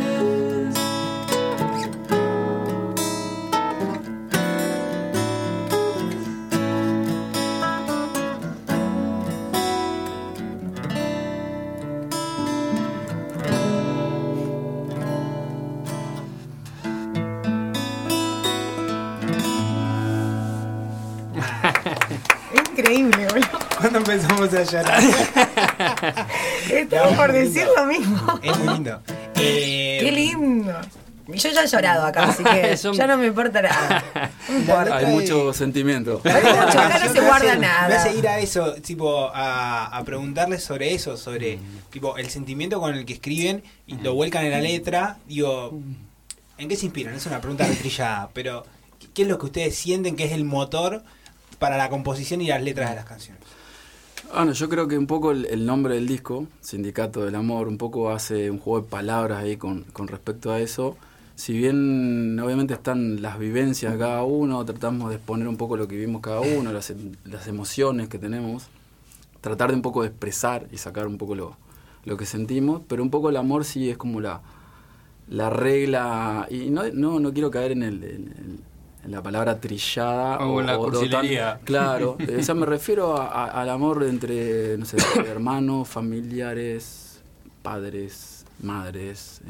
Increíble, boludo. ¿Cuándo empezamos a llorar? Estamos por decir lo mismo. Es muy lindo. Qué lindo. Yo ya he llorado acá, así que ya no me importa nada. No importa. Hay mucho sentimiento. Hay mucho, acá no se guarda Me nada. hace ir a eso, tipo, a preguntarles sobre eso, sobre tipo el sentimiento con el que escriben y lo vuelcan en la letra. Digo, ¿en qué se inspiran? Es una pregunta retrillada, pero ¿qué es lo que ustedes sienten que es el motor para la composición y las letras de las canciones? Bueno, yo creo que un poco el nombre del disco, Sindicato del Amor, un poco hace un juego de palabras ahí con respecto a eso. Si bien obviamente están las vivencias de cada uno, tratamos de exponer un poco lo que vivimos cada uno, las emociones que tenemos, tratar de un poco de expresar y sacar un poco lo que sentimos, pero un poco el amor sí es como la regla, y no quiero caer en la palabra trillada o la cursilería. Claro, o sea, me refiero al amor entre, no sé, hermanos, familiares, padres, madres,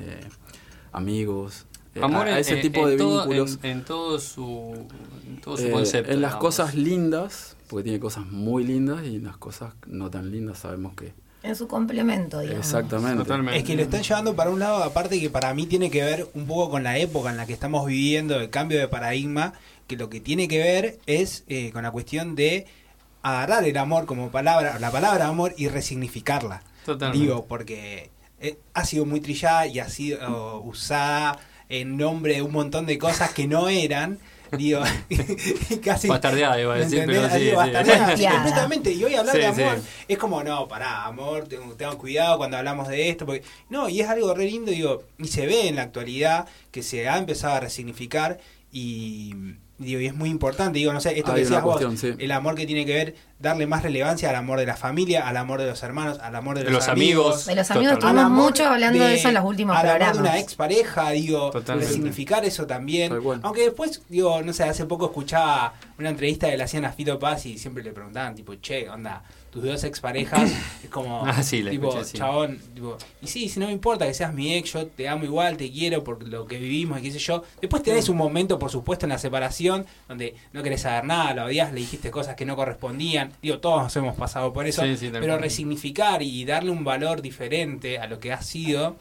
amigos. Amor a ese tipo de vínculos. En todo su concepto. En las digamos. cosas lindas, porque tiene cosas muy lindas, y en las cosas no tan lindas sabemos que... En su complemento, digamos. Exactamente. Totalmente. Es que lo están llevando para un lado, aparte que para mí tiene que ver un poco con la época en la que estamos viviendo, el cambio de paradigma, que lo que tiene que ver es con la cuestión de agarrar el amor como palabra, la palabra amor, y resignificarla. Totalmente. Digo, porque ha sido muy trillada y ha sido usada en nombre de un montón de cosas que no eran. Digo, casi bastardeada iba a decir, pero sí, digo, bastardeada, sí. completamente. Y hoy hablar Sí, de amor sí. es como, no, pará, amor, tengan cuidado cuando hablamos de esto, porque no, y es algo re lindo, digo, y se ve en la actualidad que se ha empezado a resignificar y digo, y es muy importante, digo, no sé, esto Hay que decías una vos, cuestión, sí. el amor que tiene que ver, darle más relevancia al amor de la familia, al amor de los hermanos, al amor de De los los amigos. De los amigos al estuvimos amor mucho hablando de eso en los últimos al amor programas. de una expareja, digo, Totalmente. resignificar eso también. Tal cual. Aunque después, digo, no sé, hace poco escuchaba una entrevista que le hacían a Fito Paz y siempre le preguntaban, tipo, che, onda, tus dos exparejas, es como, Ah, sí, la tipo, escuché, sí. chabón, tipo, y sí, si no me importa que seas mi ex, yo te amo igual, te quiero por lo que vivimos y qué sé yo. Después tenés un momento, por supuesto, en la separación, donde no querés saber nada, lo odias, le dijiste cosas que no correspondían. Digo, todos nos hemos pasado por eso, Sí, sí, tal pero cual. resignificar y darle un valor diferente a lo que ha sido.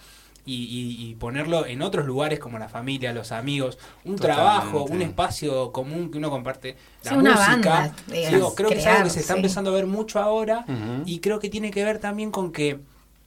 Y ponerlo en otros lugares como la familia, los amigos, un Totalmente. trabajo, un espacio común que uno comparte, la Sí, una música. banda, digamos, Digo, creo que es algo que se está sí. empezando a ver mucho ahora Ujú. y creo que tiene que ver también con que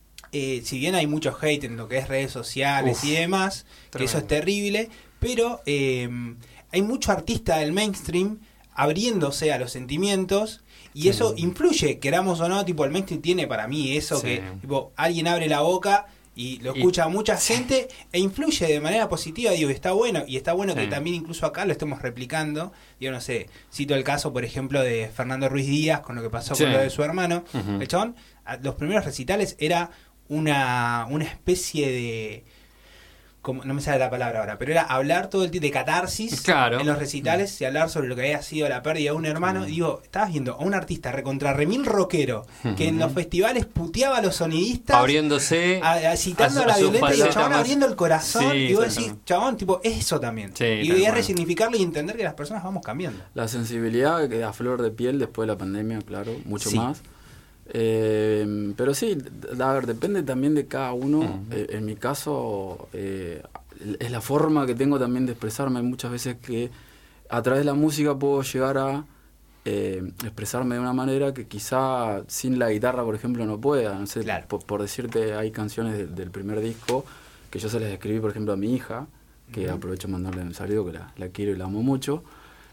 si bien hay mucho hate en lo que es redes sociales Uf, y demás, que eso es terrible, pero hay mucho artista del mainstream abriéndose a los sentimientos. Y eso influye, queramos o no, tipo el mainstream tiene para mí eso que tipo alguien abre la boca y lo escucha mucha gente e influye de manera positiva, digo, y está bueno que también incluso acá lo estemos replicando. Yo no sé, cito el caso, por ejemplo, de Fernando Ruiz Díaz con lo que pasó con lo de su hermano. El chabón, los primeros recitales era una especie de... Como, no me sale la palabra ahora, pero era hablar todo el tiempo de catarsis en los recitales y hablar sobre lo que había sido la pérdida de un hermano. Y digo, estabas viendo a un artista recontra remil rockero que en los festivales puteaba a los sonidistas, abriéndose, citando a la violenta, y el chabón abriendo el corazón. Y vos decís, chabón, tipo, eso también. Y es resignificarlo y entender que las personas vamos cambiando. La sensibilidad que a flor de piel después de la pandemia, claro, mucho más. Pero sí, a ver, depende también de cada uno. En mi caso, es la forma que tengo también de expresarme. Hay muchas veces que a través de la música puedo llegar a expresarme de una manera que quizá sin la guitarra, por ejemplo, no pueda. No sé, por decirte, hay canciones del primer disco que yo se las escribí, por ejemplo, a mi hija, que aprovecho de mandarle un saludo, que la quiero y la amo mucho.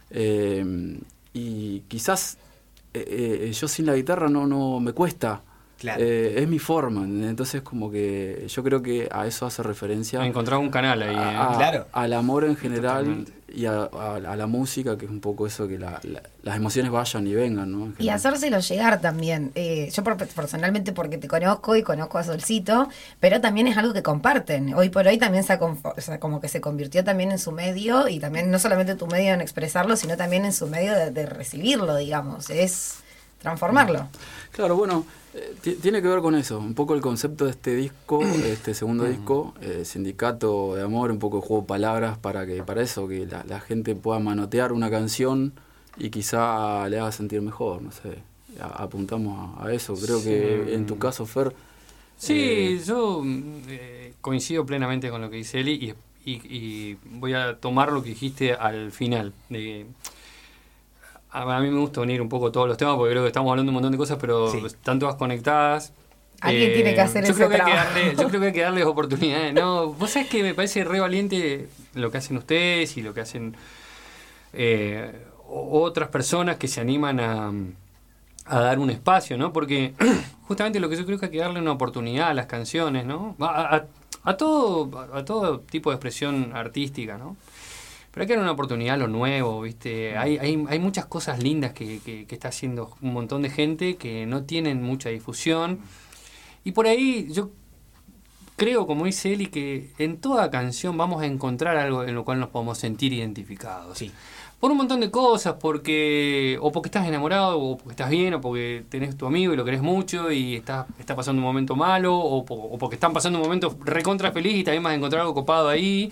Y quizás... yo sin la guitarra no me cuesta. Es mi forma, entonces como que yo creo que a eso hace referencia. Encontrar un canal ahí. Al amor en general. Totalmente. Y a la música, que es un poco eso, que las emociones vayan y vengan, ¿no? Y hacérselo llegar también. Yo personalmente, porque te conozco y conozco a Solcito, pero también es algo que comparten. Hoy por hoy también como que se convirtió también en su medio, y también no solamente tu medio en expresarlo, sino también en su medio de recibirlo, digamos. Es transformarlo. Claro, bueno, tiene que ver con eso, un poco el concepto de este disco, este segundo disco, Sindicato de Amor, un poco de juego de palabras para eso, que la gente pueda manotear una canción y quizá le haga sentir mejor, no sé, apuntamos a eso. Creo que en tu caso, Fer... Sí, yo coincido plenamente con lo que dice Eli, y voy a tomar lo que dijiste al final. A mí me gusta unir un poco todos los temas, porque creo que estamos hablando de un montón de cosas, pero están todas conectadas. Alguien tiene que hacer ese trabajo. Yo creo que hay que darles oportunidades. No, vos sabés que me parece re valiente lo que hacen ustedes y lo que hacen otras personas que se animan a dar un espacio, ¿no? Porque justamente lo que yo creo que hay que darle una oportunidad a las canciones, ¿no? A todo tipo de expresión artística, ¿no? Pero hay que dar una oportunidad a lo nuevo, ¿viste? Hay muchas cosas lindas que está haciendo un montón de gente que no tienen mucha difusión. Y por ahí yo creo, como dice Eli, que en toda canción vamos a encontrar algo en lo cual nos podemos sentir identificados. Sí. Por un montón de cosas, o porque estás enamorado, o porque estás bien, o porque tenés tu amigo y lo querés mucho y está pasando un momento malo, o porque están pasando un momento recontra feliz y también vas a encontrar algo copado ahí.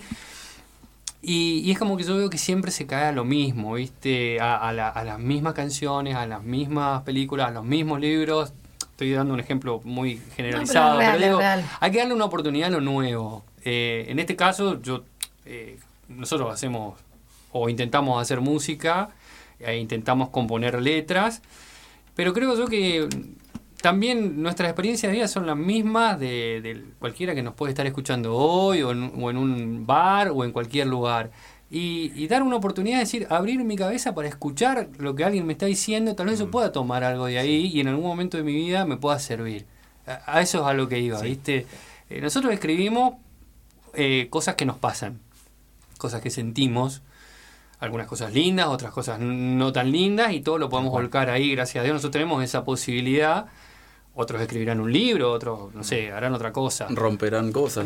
Y es como que yo veo que siempre se cae a lo mismo, ¿viste? A las mismas canciones, a las mismas películas, a los mismos libros. Estoy dando un ejemplo muy generalizado, no, pero digo, hay que darle una oportunidad a lo nuevo. En este caso, nosotros hacemos o intentamos hacer música, intentamos componer letras, pero creo yo que también nuestras experiencias de vida son las mismas de cualquiera que nos puede estar escuchando hoy, o en un bar, o en cualquier lugar. Y dar una oportunidad de decir, abrir mi cabeza para escuchar lo que alguien me está diciendo, tal vez yo pueda tomar algo de ahí y en algún momento de mi vida me pueda servir. A eso es a lo que iba, ¿viste? Nosotros escribimos cosas que nos pasan, cosas que sentimos, algunas cosas lindas, otras cosas no tan lindas, y todo lo podemos volcar ahí, gracias a Dios. Nosotros tenemos esa posibilidad. Otros escribirán un libro, otros, no sé, harán otra cosa. Romperán cosas.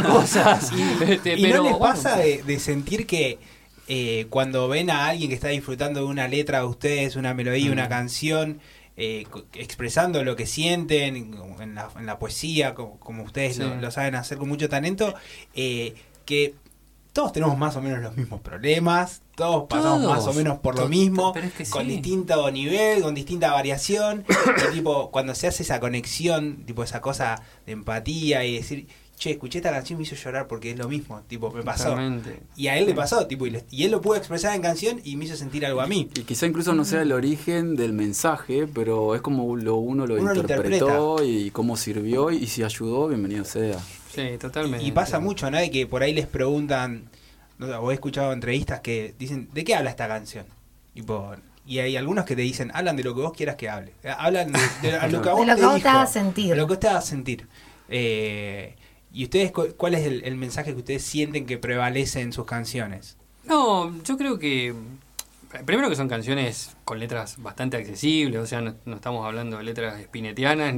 ¿Y pero, no les pasa de sentir que cuando ven a alguien que está disfrutando de una letra de ustedes, una melodía, una canción, expresando lo que sienten en la poesía, como ustedes lo saben hacer con mucho talento, que todos tenemos más o menos los mismos problemas, todos pasamos más o menos por lo mismo, con distinto nivel, con distinta variación, y tipo, cuando se hace esa conexión, tipo esa cosa de empatía y decir, che, escuché esta canción y me hizo llorar porque es lo mismo, tipo, me pasó. Totalmente. Y a él le pasó, tipo, y él lo pudo expresar en canción y me hizo sentir algo a mí. Y quizá incluso no sea el origen del mensaje, pero es como uno lo interpretó y cómo sirvió, y si ayudó, bienvenido sea. Sí, totalmente. Y pasa mucho, ¿no? De que por ahí les preguntan, o he escuchado entrevistas que dicen, ¿de qué habla esta canción? Y hay algunos que te dicen, hablan de lo que vos quieras que hable. Hablan de lo que a De vos lo te que vos dijo, te hagas sentir. de lo que vos te hagas sentir. ¿Y ustedes cuál es el mensaje que ustedes sienten que prevalece en sus canciones? No, yo creo que primero que son canciones con letras bastante accesibles, o sea, no estamos hablando de letras spinetianas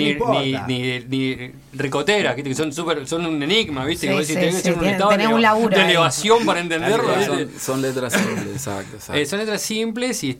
ni ricoteras, ¿viste? Que son un enigma, ¿viste? Sí, que vos decís, tenés que ser un estado tenés un laburo de ahí. elevación para entenderlo. Son letras simples, exacto. Son letras simples y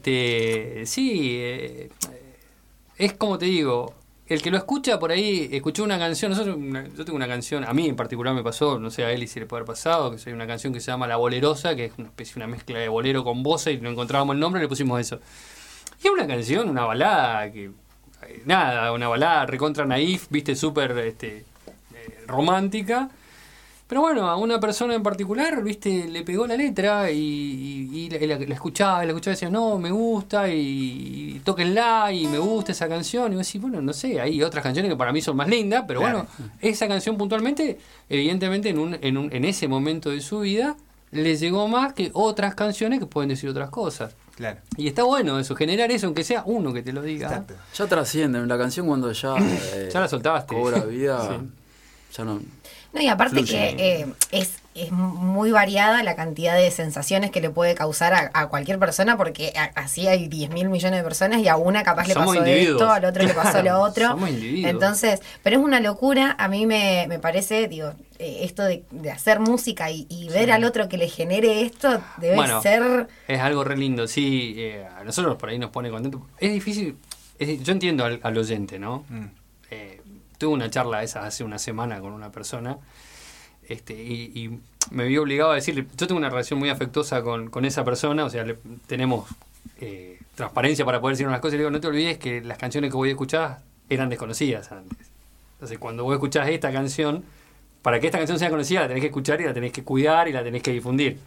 es como te digo, el que lo escucha por ahí, escuchó una canción, yo tengo una canción, a mí en particular me pasó, no sé a Eli si le puede haber pasado, que soy una canción que se llama La Bolerosa, que es una mezcla de bolero con bossa y no encontrábamos el nombre y le pusimos eso. Y es una canción, una balada una balada recontra naif, viste, súper romántica. Pero bueno, a una persona en particular, viste, le pegó la letra y la escuchaba y decía, no, me gusta y tóquenla y me gusta esa canción. Y vos decís, bueno, no sé, hay otras canciones que para mí son más lindas, pero claro, bueno, esa canción puntualmente, evidentemente en ese momento de su vida, le llegó más que otras canciones que pueden decir otras cosas. Claro. Y está bueno eso, generar eso, aunque sea uno que te lo diga. Exacto. Ya trasciende, la canción cuando ya la soltaste. Cobra vida, sí. Ya no... No, y aparte fluye. que es muy variada la cantidad de sensaciones que le puede causar a cualquier persona, porque así hay 10.000 millones de personas y a una capaz le pasó esto, al otro le pasó lo otro. Somos individuos. Entonces, pero es una locura, a mí me parece, digo, esto de hacer música y ver al otro que le genere esto debe ser... Es algo re lindo, sí, a nosotros por ahí nos pone contentos. Es difícil, yo entiendo al oyente, ¿no? Tuve una charla esa hace una semana con una persona y me vi obligado a decirle, yo tengo una relación muy afectuosa con esa persona, o sea, tenemos transparencia para poder decir unas cosas, y le digo, no te olvides que las canciones que voy a escuchar eran desconocidas antes. Entonces, cuando vos escuchás esta canción, para que esta canción sea conocida, la tenés que escuchar y la tenés que cuidar y la tenés que difundir.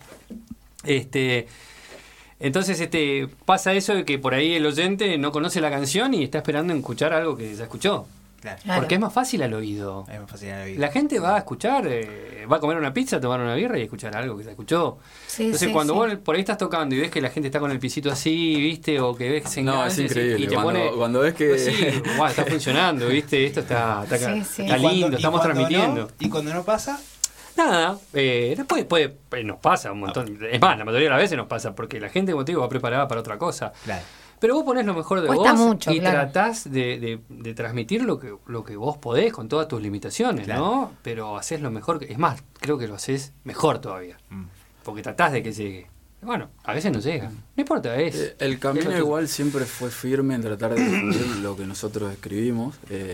Entonces pasa eso de que por ahí el oyente no conoce la canción y está esperando escuchar algo que ya escuchó. Claro. Porque es más fácil al oído. Es más fácil al oído. La gente va a escuchar, va a comer una pizza, tomar una birra y escuchar algo que se escuchó. Sí, entonces cuando vos por ahí estás tocando y ves que la gente está con el pisito así, ¿viste? O que ves que se engancha, es increíble. y te cuando ves que... Pues sí, está funcionando, ¿viste? Esto está lindo, estamos transmitiendo. No, y cuando no pasa... Nada, después nos pasa un montón. Es más, la mayoría de las veces nos pasa porque la gente, como te digo, va preparada para otra cosa. Claro. Pero vos ponés lo mejor de Cuesta vos mucho, y claro. tratás de transmitir lo que vos podés con todas tus limitaciones, Claro. ¿no? Pero hacés lo mejor. Es más, creo que lo hacés mejor todavía. Porque tratás de que llegue. Bueno, a veces no llega. No importa, El camino igual siempre fue firme en tratar de difundir lo que nosotros escribimos.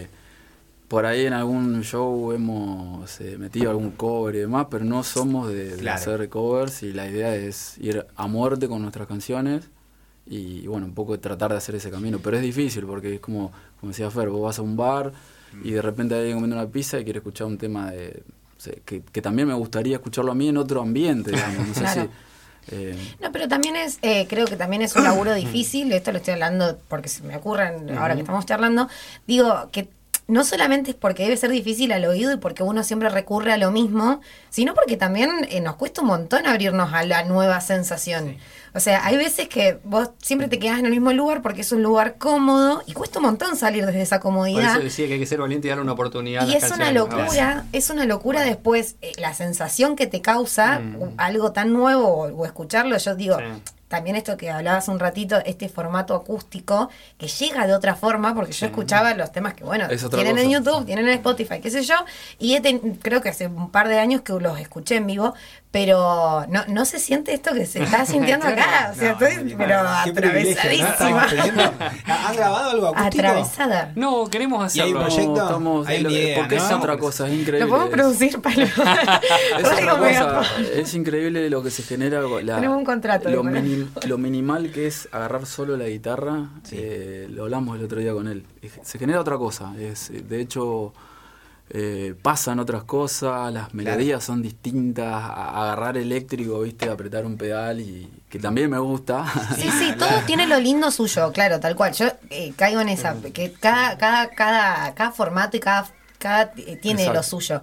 Por ahí en algún show hemos metido algún cover y demás, pero no somos de hacer covers y la idea es ir a muerte con nuestras canciones. Y bueno, un poco de tratar de hacer ese camino, pero es difícil porque es como decía Fer, vos vas a un bar y de repente hay alguien comiendo una pizza y quiere escuchar un tema que también me gustaría escucharlo a mí en otro ambiente, digamos, no sé Claro. si... No, pero también creo que también es un laburo difícil, esto lo estoy hablando porque se me ocurren ahora que estamos charlando, digo que no solamente es porque debe ser difícil al oído y porque uno siempre recurre a lo mismo, sino porque también nos cuesta un montón abrirnos a la nueva sensación. Sí. O sea, hay veces que vos siempre te quedás en el mismo lugar porque es un lugar cómodo y cuesta un montón salir desde esa comodidad. Por eso decía que hay que ser valiente y darle una oportunidad. Y es una locura, después la sensación que te causa algo tan nuevo o escucharlo. Yo digo, también esto que hablabas un ratito, este formato acústico que llega de otra forma, porque yo escuchaba los temas que, bueno, tienen en YouTube, tienen en Spotify, qué sé yo, y creo que hace un par de años que los escuché en vivo, pero no se siente esto que se está sintiendo acá. O sea, estoy atravesadísima. ¿Han grabado algo acústico? Atravesada. No, queremos hacerlo. ¿Y hay un proyecto? Porque es otra cosa, es increíble. Lo podemos producir para es otra cosa, es increíble lo que se genera. Tenemos un contrato. Lo minimal que es agarrar solo la guitarra, lo hablamos el otro día con él. Se genera otra cosa. De hecho, pasan otras cosas, las melodías son distintas. Agarrar eléctrico, ¿viste? Apretar un pedal y que también me gusta. Sí, todo tiene lo lindo suyo, claro, tal cual. Yo caigo en esa, que cada formato y cada cada tiene Exacto. lo suyo.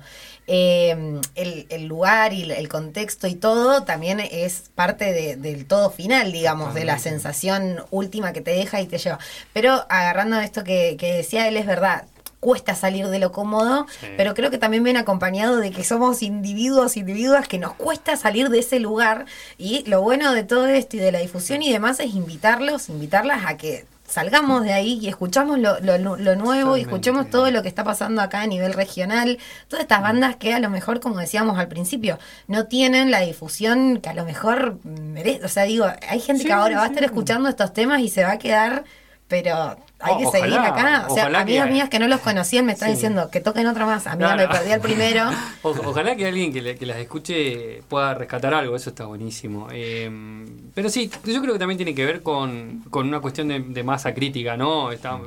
El lugar y el contexto y todo también es parte del todo final, digamos, de la sensación última que te deja y te lleva. Pero agarrando esto que decía él, es verdad, cuesta salir de lo cómodo, pero creo que también viene acompañado de que somos individuas que nos cuesta salir de ese lugar, y lo bueno de todo esto y de la difusión y demás es invitarlas a que salgamos de ahí y escuchamos lo nuevo y escuchemos todo lo que está pasando acá a nivel regional, todas estas bandas que a lo mejor, como decíamos al principio, no tienen la difusión que a lo mejor merece. O sea, digo, hay gente que ahora va a estar escuchando estos temas y se va a quedar, pero hay que seguir acá. O sea, amigas mías que no los conocían me están diciendo que toquen otro más. A mí me perdí el primero. Ojalá que alguien que las escuche pueda rescatar algo, eso está buenísimo. Pero sí, yo creo que también tiene que ver con una cuestión de masa crítica, ¿no?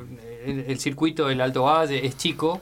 El circuito del Alto Valle es chico,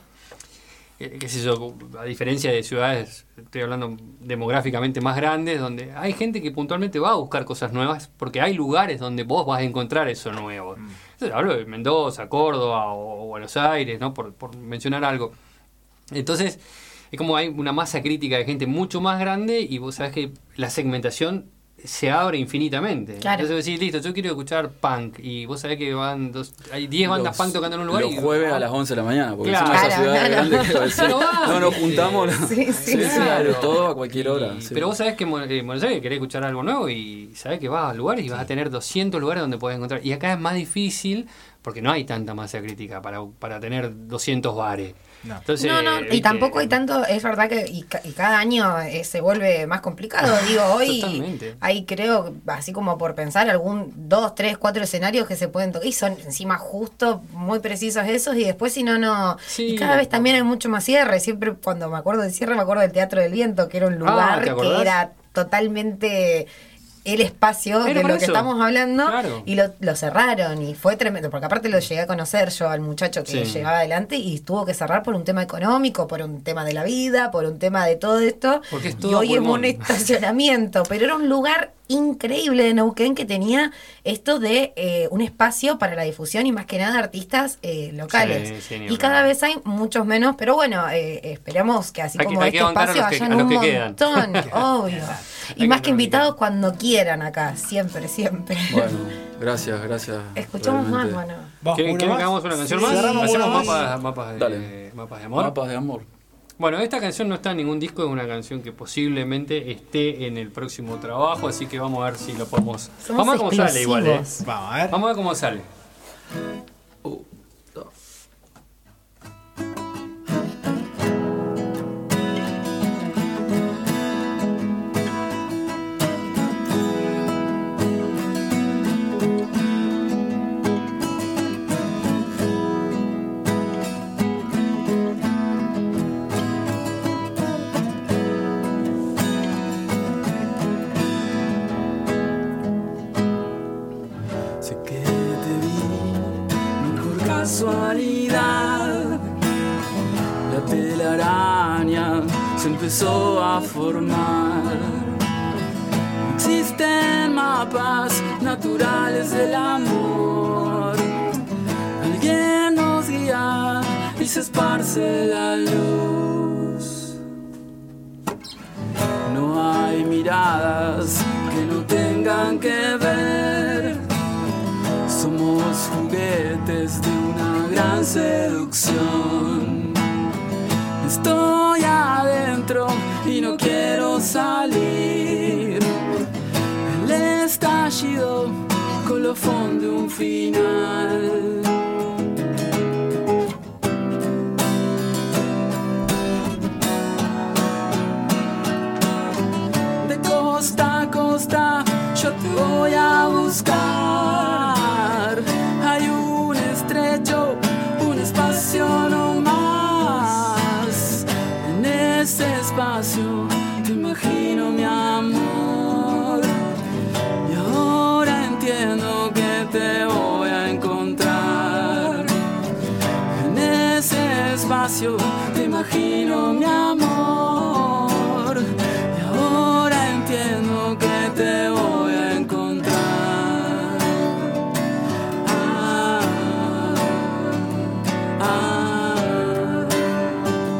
qué sé yo, a diferencia de ciudades, estoy hablando demográficamente más grandes, donde hay gente que puntualmente va a buscar cosas nuevas, porque hay lugares donde vos vas a encontrar eso nuevo. Entonces, hablo de Mendoza, Córdoba o Buenos Aires, ¿no? Por mencionar algo. Entonces, es como hay una masa crítica de gente mucho más grande y vos sabés que la segmentación se abre infinitamente. Claro. Entonces decís, listo, yo quiero escuchar punk y vos sabés que hay 10 bandas punk tocando en un lugar. Los jueves a las 11 de la mañana, porque Claro. encima esa ciudad es grande que va a decir, no nos juntamos. Sí, claro, todo a cualquier hora. Sí. Pero vos sabés que en Buenos Aires querés escuchar algo nuevo y sabés que vas a lugares y vas a tener 200 lugares donde podés encontrar. Y acá es más difícil porque no hay tanta masa crítica para tener 200 bares. No. Entonces, No, y tampoco hay tanto, es verdad que y cada año se vuelve más complicado. Digo, hoy Totalmente. hay, creo, así como por pensar, 2, 3, 4 escenarios que se pueden tocar y son encima justo muy precisos esos, y después si no. Sí. Y cada vez también hay mucho más cierre. Siempre cuando me acuerdo del cierre me acuerdo del Teatro del Viento, que era un lugar ¿te que acordás? era totalmente el espacio Era de por lo que eso. estamos hablando, Claro. y lo cerraron y fue tremendo, porque aparte lo llegué a conocer yo al muchacho que Sí. llevaba adelante y tuvo que cerrar por un tema económico, por un tema de la vida, por un tema de todo esto, Porque es y todo hoy es pulmón. un estacionamiento, pero era un lugar increíble de Neuquén que tenía esto de un espacio para la difusión y más que nada artistas locales. Sí, ni Y cada hablar. vez hay muchos menos, pero bueno, esperamos que así Hay que- como hay que este bancar a espacio los que- hayan a los un que quedan. montón, obvio. que Y más que bancar invitados cuando quieran acá, siempre. Bueno, gracias. Escuchamos más, realmente. bueno. Vamos, ¿Quieren uno que más. hagamos una canción Sí. más? Cerramos Hacemos uno más. mapas Dale. de amor. Mapas de amor. Bueno, esta canción no está en ningún disco, es una canción que posiblemente esté en el próximo trabajo, así que vamos a ver si lo podemos... Somos Vamos a ver cómo sale igual, exclusivos. Vamos a ver. Vamos a ver cómo sale. Sé que te vi, mejor casualidad. La telaraña se empezó a formar. Existen mapas naturales del amor. Alguien nos guía y se esparce la luz. No hay miradas que no tengan que ver. Somos juguetes de una gran seducción. Estoy adentro y no quiero salir. El estallido, colofón de un final. De costa a costa yo te voy a buscar. Hay un estrecho, un espacio no más. En ese espacio te imagino mi amor. Y ahora entiendo que te voy a encontrar. En ese espacio te imagino mi amor. Y ahora entiendo que te voy a encontrar. Ah, ah.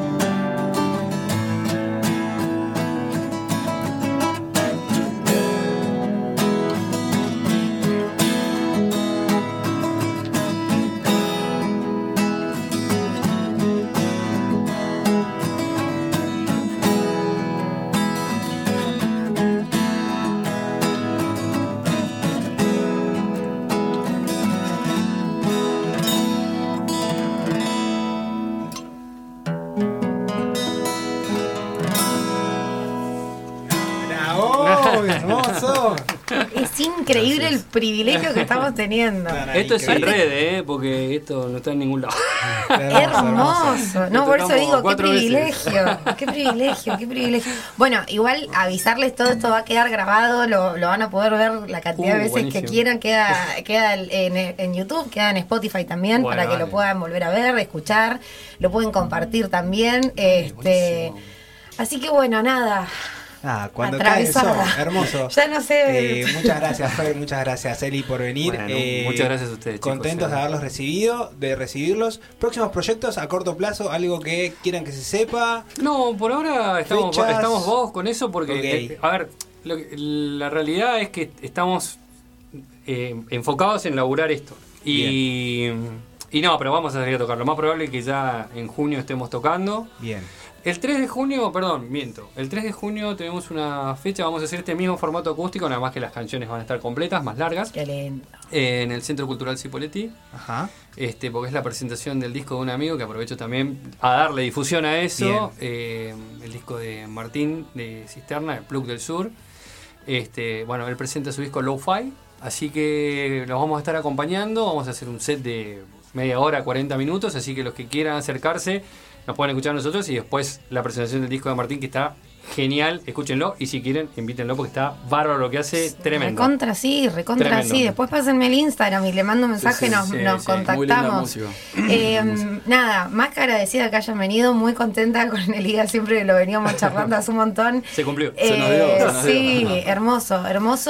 hermoso. Es increíble el privilegio que estamos teniendo. Esto es en red, porque esto no está en ningún lado. Hermoso. No, por eso digo, qué 4 veces. privilegio. Qué privilegio, qué privilegio. Bueno, igual avisarles, todo esto va a quedar grabado, lo van a poder ver la cantidad de veces buenísimo. que quieran. Queda en YouTube, queda en Spotify también, Bueno, para que lo puedan volver a ver, escuchar. Lo pueden compartir también. Buenísimo. Así que bueno, nada. Cuando cae el sol, Atravesada. hermoso. Ya no sé. Muchas gracias, Fer, muchas gracias, Eli, por venir. Bueno, muchas gracias a ustedes, Contentos chicos, de haberlos recibido, de recibirlos. Próximos proyectos a corto plazo, algo que quieran que se sepa. No, por ahora estamos vos con eso porque, Ok. a ver, la realidad es que estamos enfocados en laburar esto. Y no, pero vamos a salir a tocar. Lo más probable es que ya en junio estemos tocando. Bien. El 3 de junio, perdón, miento. El 3 de junio tenemos una fecha, vamos a hacer este mismo formato acústico, nada más que las canciones van a estar completas, más largas. Qué lindo. En el Centro Cultural Cipolletti. Ajá. Porque es la presentación del disco de un amigo, que aprovecho también a darle difusión a eso. El disco de Martín de Cisterna, el Plug del Sur. Bueno, él presenta su disco Lo-Fi, así que los vamos a estar acompañando. Vamos a hacer un set de media hora, 40 minutos, así que los que quieran acercarse nos pueden escuchar nosotros y después la presentación del disco de Martín, que está genial, escúchenlo y si quieren invítenlo porque está bárbaro lo que hace, tremendo. Recontra sí. Tremendo. Después pásenme el Instagram y le mando un mensaje, nos Muy linda contactamos. música. Nada, más que agradecida que hayan venido, muy contenta con Elías, siempre lo veníamos charlando hace un montón. Se cumplió. Se nos dio. Sí, hermoso.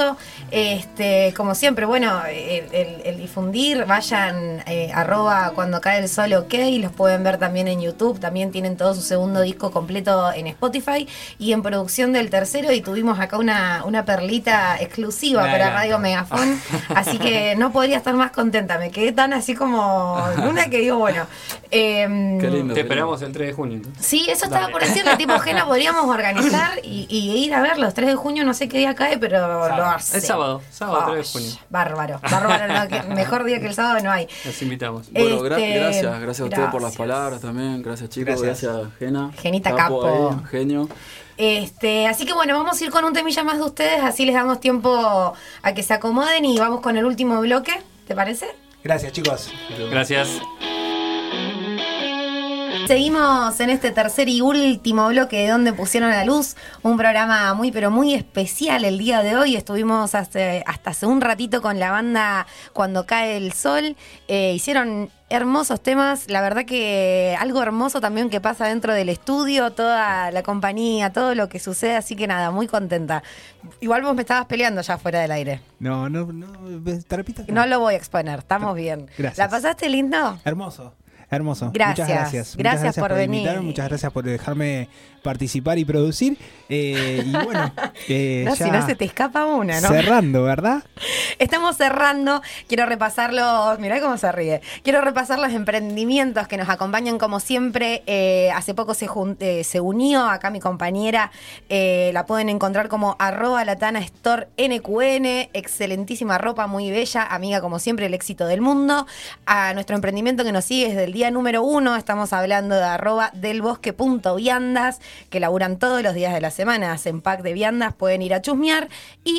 Como siempre, bueno, el difundir, vayan @ cuando cae el sol, ok, los pueden ver también en YouTube, también tienen todo su segundo disco completo en Spotify y en producción del tercero, y tuvimos acá una perlita exclusiva para Radio Megafón, así que no podría estar más contenta, me quedé tan así como una que digo, bueno. Qué lindo. Te esperamos el 3 de junio. Entonces. Sí, eso estaba por decirle, tipo Gena, podríamos organizar y ir a ver los 3 de junio, no sé qué día cae, pero lo hace. El sábado 3 de junio. Bárbaro, no, mejor día que el sábado no hay. Los invitamos. Bueno, gracias a ustedes por las gracias. palabras también. Gracias, chicos. Gracias, Gena. Genita Capo. Ahí, genio. Así que bueno, vamos a ir con un temilla más de ustedes, así les damos tiempo a que se acomoden y vamos con el último bloque, ¿te parece? Gracias, chicos. Gracias. Seguimos en este tercer y último bloque de Donde Pusieron la Luz, un programa muy pero muy especial el día de hoy. Estuvimos hasta hace un ratito con la banda Cuando Cae el Sol, hicieron hermosos temas, la verdad que algo hermoso también que pasa dentro del estudio, toda la compañía, todo lo que sucede, así que nada, muy contenta. Igual vos me estabas peleando ya fuera del aire. No, te repito. No lo voy a exponer, estamos bien. Gracias. ¿La pasaste lindo? Hermoso. Gracias. Muchas gracias. Gracias por venir. Invitarme, muchas gracias por dejarme participar y producir. Y bueno, No, ya si no se te escapa una, ¿no? cerrando, ¿verdad? Estamos cerrando. Quiero repasar mirá cómo se ríe. Quiero repasar los emprendimientos que nos acompañan como siempre. Hace poco se unió acá mi compañera. La pueden encontrar como @LatanaStoreNQN. Excelentísima ropa, muy bella. Amiga, como siempre, el éxito del mundo. A nuestro emprendimiento que nos sigue desde el día número 1. Estamos hablando de @delbosque.viandas, que laburan todos los días de la semana. Hacen pack de viandas, pueden ir a chusmear. Y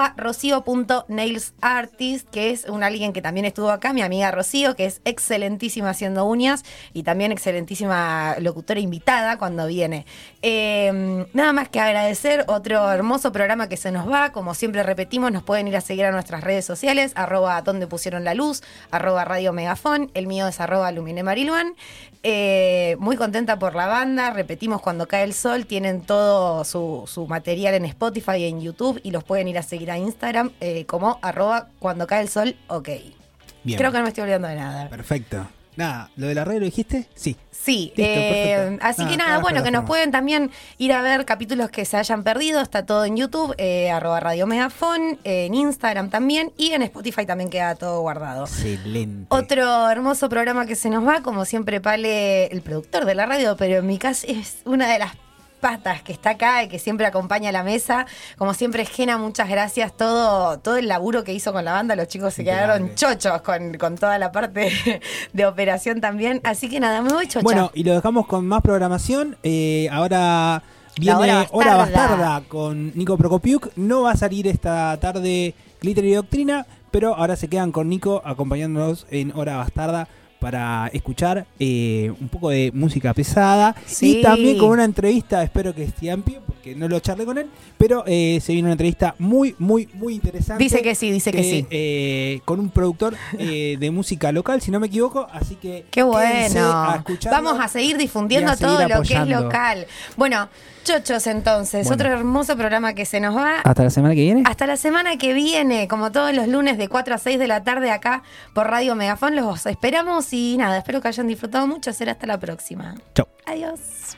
@Rocío.nailsartist, que es alguien que también estuvo acá, mi amiga Rocío, que es excelentísima haciendo uñas y también excelentísima locutora invitada cuando viene. Nada más que agradecer, otro hermoso programa que se nos va. Como siempre repetimos, nos pueden ir a seguir a nuestras redes sociales, @donde pusieron la luz, @Radio Megafón, el mío es @LumineMariluan. Muy contenta por la banda, repetimos, Cuando Cae el Sol, tienen todo su material en Spotify y en YouTube y los pueden ir a seguir a Instagram como @Cuando Cae el Sol, ok. Bien. Creo que no me estoy olvidando de nada. Perfecto. Nada, ¿lo de la red lo dijiste? Sí. Sí, Listo, perfecto. así que nada, todas bueno, las que nos plataformas. pueden también ir a ver capítulos que se hayan perdido, está todo en YouTube, @Radio Megafón, en Instagram también, y en Spotify también queda todo guardado. Excelente. Otro hermoso programa que se nos va, como siempre Pale, el productor de la radio, pero en mi caso es una de las patas que está acá y que siempre acompaña a la mesa. Como siempre, Gena, muchas gracias. Todo el laburo que hizo con la banda, los chicos se quedaron Impecable. chochos con toda la parte de operación también. Así que nada, me voy chocha. Bueno, y lo dejamos con más programación. Ahora Viene Hora Bastarda con Nico Prokopiuk. No va a salir esta tarde Glitter y Doctrina, pero ahora se quedan con Nico acompañándonos en Hora Bastarda para escuchar un poco de música pesada. Sí. Y también con una entrevista, espero que esté en pie, porque no lo charlé con él, pero se viene una entrevista muy, muy, muy interesante. Dice que sí. Con un productor de música local, si no me equivoco, así que qué bueno. Vamos a seguir difundiendo todo lo que es local. Bueno, chochos, entonces, otro hermoso programa que se nos va. ¿Hasta la semana que viene? Hasta la semana que viene, como todos los lunes de 4 a 6 de la tarde acá por Radio Megafón. Los esperamos y nada, espero que hayan disfrutado mucho. Será hasta la próxima. Chau. Adiós.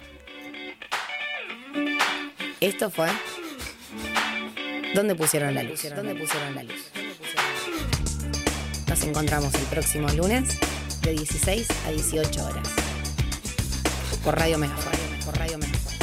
Esto fue ¿Dónde pusieron la luz? ¿Dónde pusieron la luz? Nos encontramos el próximo lunes de 16 a 18 horas por Radio Megafón.